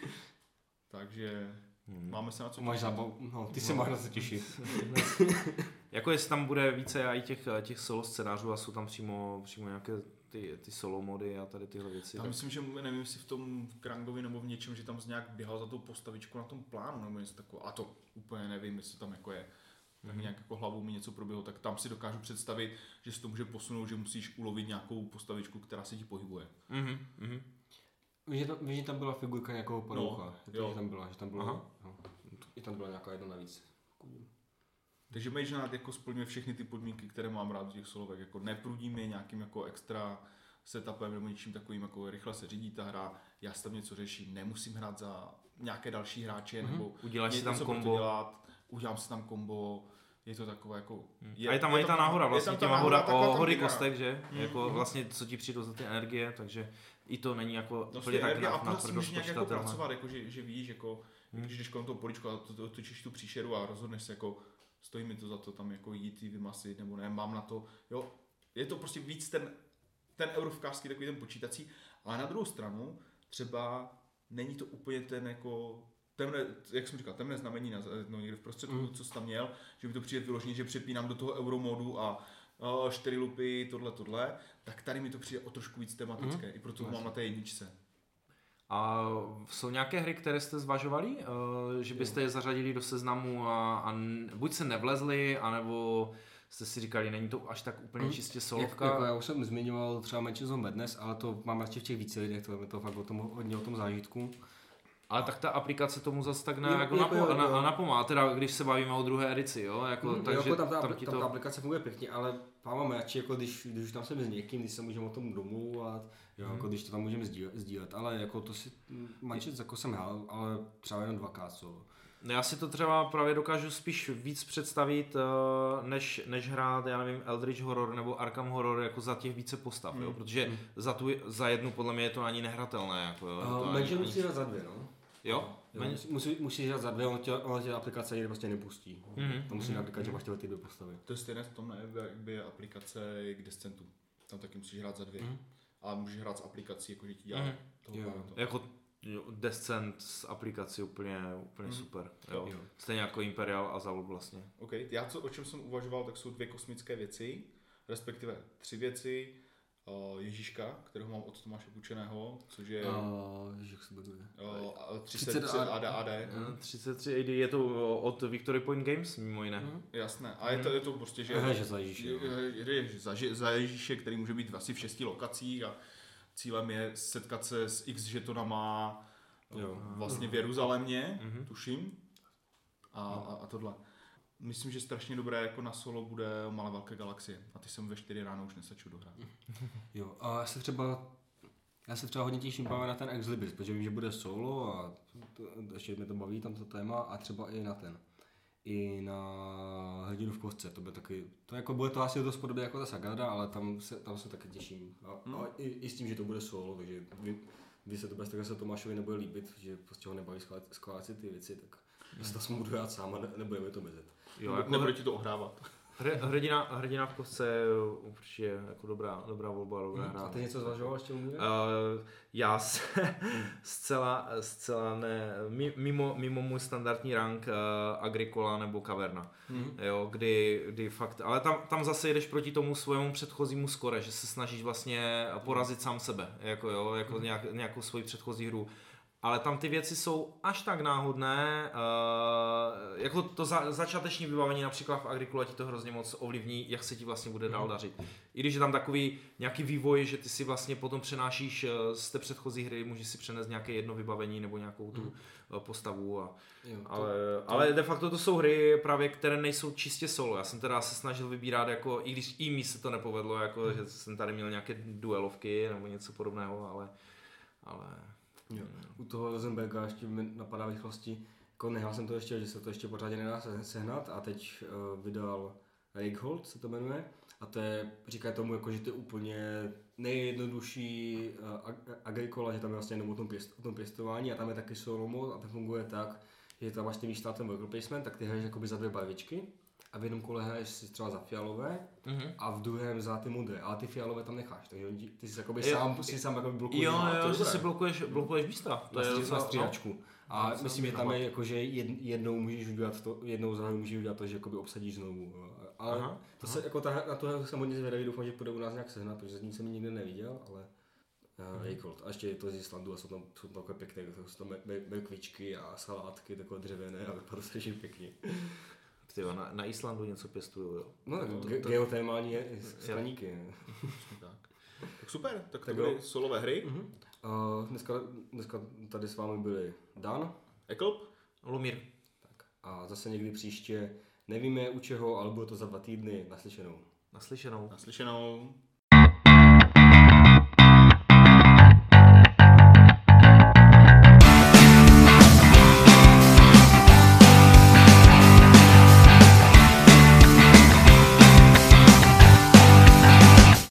takže hmm. máme se na co těšit. Máš zábav, no, ty se máš na co těšit. Jako jestli tam bude více i těch, těch solo scénářů a jsou tam přímo, přímo nějaké ty, ty solo mody a tady tyhle věci. Já myslím, že nevím, jestli v tom Krangovi nebo v něčem, že tam nějak běhal za tou postavičku na tom plánu nebo něco takového. A to úplně nevím, jestli tam jako je. Tak nějak jako hlavou mi něco proběhlo, tak tam si dokážu představit, že se to může posunout, že musíš ulovit nějakou postavičku, která se ti pohybuje. Mhm, mhm. Víš, že, víš, že tam byla figurka nějakého padoucha, no, že, že tam byla, že tam byla, no, i tam byla nějaká jedna navíc. Takže Mageland jako splňuje všechny ty podmínky, které mám rád v těch solovek, jako neprudí mě nějakým jako extra setupem nebo něčím takovým, jako rychle se řídí ta hra, já si tam něco řeším, nemusím hrát za nějaké další hráče, mm-hmm. nebo uděláš si tam kombo, dělat, udělám si tam kombo, je to takové jako... Je, a je tam i ta náhoda, vlastně těma hoda o hory kostek, že? Mm, jako mm. vlastně co ti přijdou za ty energie, takže i to není jako no, úplně tak na, na tvrdost nějak jako pracovat, jako, že, že víš, jako, mm. když jdeš kolem toho poličku a to, to, točíš tu příšeru a rozhodneš se jako, stojí mi to za to tam jako jít vymasit nebo ne, mám na to, jo, je to prostě víc ten, ten eurovkářský takový ten počítací, ale na druhou stranu třeba není to úplně ten jako temné, jak jsem říkal, temné znamení na, no, někde v prostředku, mm. co jsi tam měl, že mi to přijde vyloženě, že přepínám do toho euromodu a o, čtyři lupy, tohle, tohle, tak tady mi to přijde o trošku víc tematické, mm. i proto mám na té jedničce. A jsou nějaké hry, které jste zvažovali, že byste je zařadili do seznamu a, a buď se nevlezli, anebo jste si říkali, není to až tak úplně čistě solovka? Jako já už jsem zmiňoval třeba Manchester Madness, ale to mám radši v těch více lidech, to je to fakt o tom, hodně o tom zážitku. Ale tak ta aplikace tomu zase tak ne, jo, jako jako napo- jo, jo. napomáhá, teda když se bavíme o druhé edici, jo? Jako, mm, takže jako tam, ta, tam, tam to... ta aplikace funguje pěkně, ale mám radši, jako když, když už tam jsem s někým, když se můžeme o tom domluvat, jo, mm. jako když to tam můžeme sdílet, sdílet, ale jako to si, Manchester jako jsem hrál, ale třeba jenom dvakrát solo. Já si to třeba právě dokážu spíš víc představit, než, než hrát, já nevím, Eldritch Horror nebo Arkham Horror jako za těch více postav, mm. jo? Protože mm. za, tu, za jednu podle mě je to ani nehratelné. Jako, jo? Uh, Manchester musí hrát za dvě, no. Jo? jo musí, musíš hrát za dvě, on tě, on tě aplikace někde prostě nepustí. Mm-hmm. To musí mm-hmm. například, že máš tyhle ty dvě postavy. To je stejné v tom, ne, jak by je aplikace k Descentu. Tam taky musíš hrát za dvě. Mm-hmm. A můžeš hrát s aplikací, jako že ti dělá mm-hmm. toho jo. To. Jako Descent s aplikací úplně, úplně mm-hmm. super. Jo. Jo. Stejně jako Imperial a Zaul vlastně. OK, já co, o čem jsem uvažoval, tak jsou dvě kosmické věci, respektive tři věci. Uh, Ježíška, kterého mám od Tomáše Kučeného, což je uh, Ježíš se jmenuje. Uh, třicet tři A D A D. Uh, třicet tři A D je to od Victory Point Games, mimo jiné. Mm. Jasné, a je to, je to prostě, že, Aha, že za Ježíše, je, je, za, za Ježíše, který může být asi v šesti lokacích a cílem je setkat se s X žetonama jo. vlastně v Jeruzalémě, mm-hmm. tuším, a, a, a tohle. Myslím, že strašně dobré jako na solo bude Malé velké galaxie. A ty jsem ve čtyři ráno už nestačil dohrát. Jo, a já se třeba já se třeba hodně těším právě na ten Exlibris, protože vím, že bude solo a to, ještě mě to baví tam to téma a třeba i na ten. I na Hrdinu v kostce, to bude taky, to jako bude to asi dost podobně jako ta Sagrada, ale tam se, tam se taky těším. A, hmm. a i, i, s tím, že to bude solo, takže vy, vy se to bez toho se Tomášovi nebude líbit, že prostě ho nebaví skládat si ty věci, tak já se to budu hrát sám a ne, nebudeme to mezet. Jo, jako nebude ti to ohrávat. Hrdina, hrdina v kostce je určitě jako dobrá, dobrá volba, dobrá hra. A ty něco zvažoval ještě u mě? Uh, já se zcela, zcela ne, mimo, mimo můj standardní rank uh, Agricola nebo Caverna, mm-hmm. jo, kdy, kdy fakt, ale tam, tam zase jedeš proti tomu svému předchozímu skore, že se snažíš vlastně porazit sám sebe, jako jo, jako mm-hmm. nějak, nějakou svoji předchozí hru. Ale tam ty věci jsou až tak náhodné, uh, jako to za, začáteční vybavení například v Agricola ti to hrozně moc ovlivní, jak se ti vlastně bude dál dařit. I když je tam takový nějaký vývoj, že ty si vlastně potom přenášíš z té předchozí hry, můžeš si přenést nějaké jedno vybavení nebo nějakou tu mm. postavu. A, jo, to, ale, to... ale de facto to jsou hry právě, které nejsou čistě solo. Já jsem teda se snažil vybírat, jako, i když i mi se to nepovedlo, jako, mm. že jsem tady měl nějaké duelovky nebo něco podobného, ale ale... Jo. U toho Rosenberga ještě mi napadá v rychlosti, jako nehrál jsem to ještě, že se to ještě pořádně nedá sehnat a teď uh, vydal Reichhold, se to jmenuje, a to je, říká tomu, jako, že to je úplně nejjednodušší uh, agrikola, že tam je vlastně jenom o tom, pěst, o tom pěstování a tam je taky solo mod a to funguje tak, že tam máš ty víš ten worker placement, tak ty hraješ jakoby za dvě barvičky a v jednom kole hraješ si třeba za fialové mm-hmm. a v druhém za ty modré, ale ty fialové tam necháš, takže ty jsi jakoby jo, sám, si sám jakoby blokuješ. Jo, jo, že si blokuješ, blokuješ místa. To na, je na střídačku. A no, myslím, že tam je jako, že jednou můžeš udělat to, jednou za můžeš udělat to, že jakoby obsadíš znovu. Ale aha, to aha. Se, jako ta, na to jsem hodně zvědavý, doufám, že půjde u nás nějak sehnat, protože zatím jsem ji nikdy neviděl, ale uh, Reichhold. A ještě je to z Islandu a jsou tam, jsou tam takové pěkné, jsou tam belkvičky a salátky, takové dřevěné a vypadá to strašně pěkně. Tyjo, na, na Islandu něco pěstuju, jo. No, no ge- to, geotermální je skleníky. tak. tak super, tak to byly solové hry. Uh-huh. Uh, dneska, dneska tady s vámi byli Dan, Eklb, Lumír. Tak. A zase někdy příště, nevíme u čeho, ale bude to za dva týdny. Naslyšenou. Naslyšenou. Naslyšenou.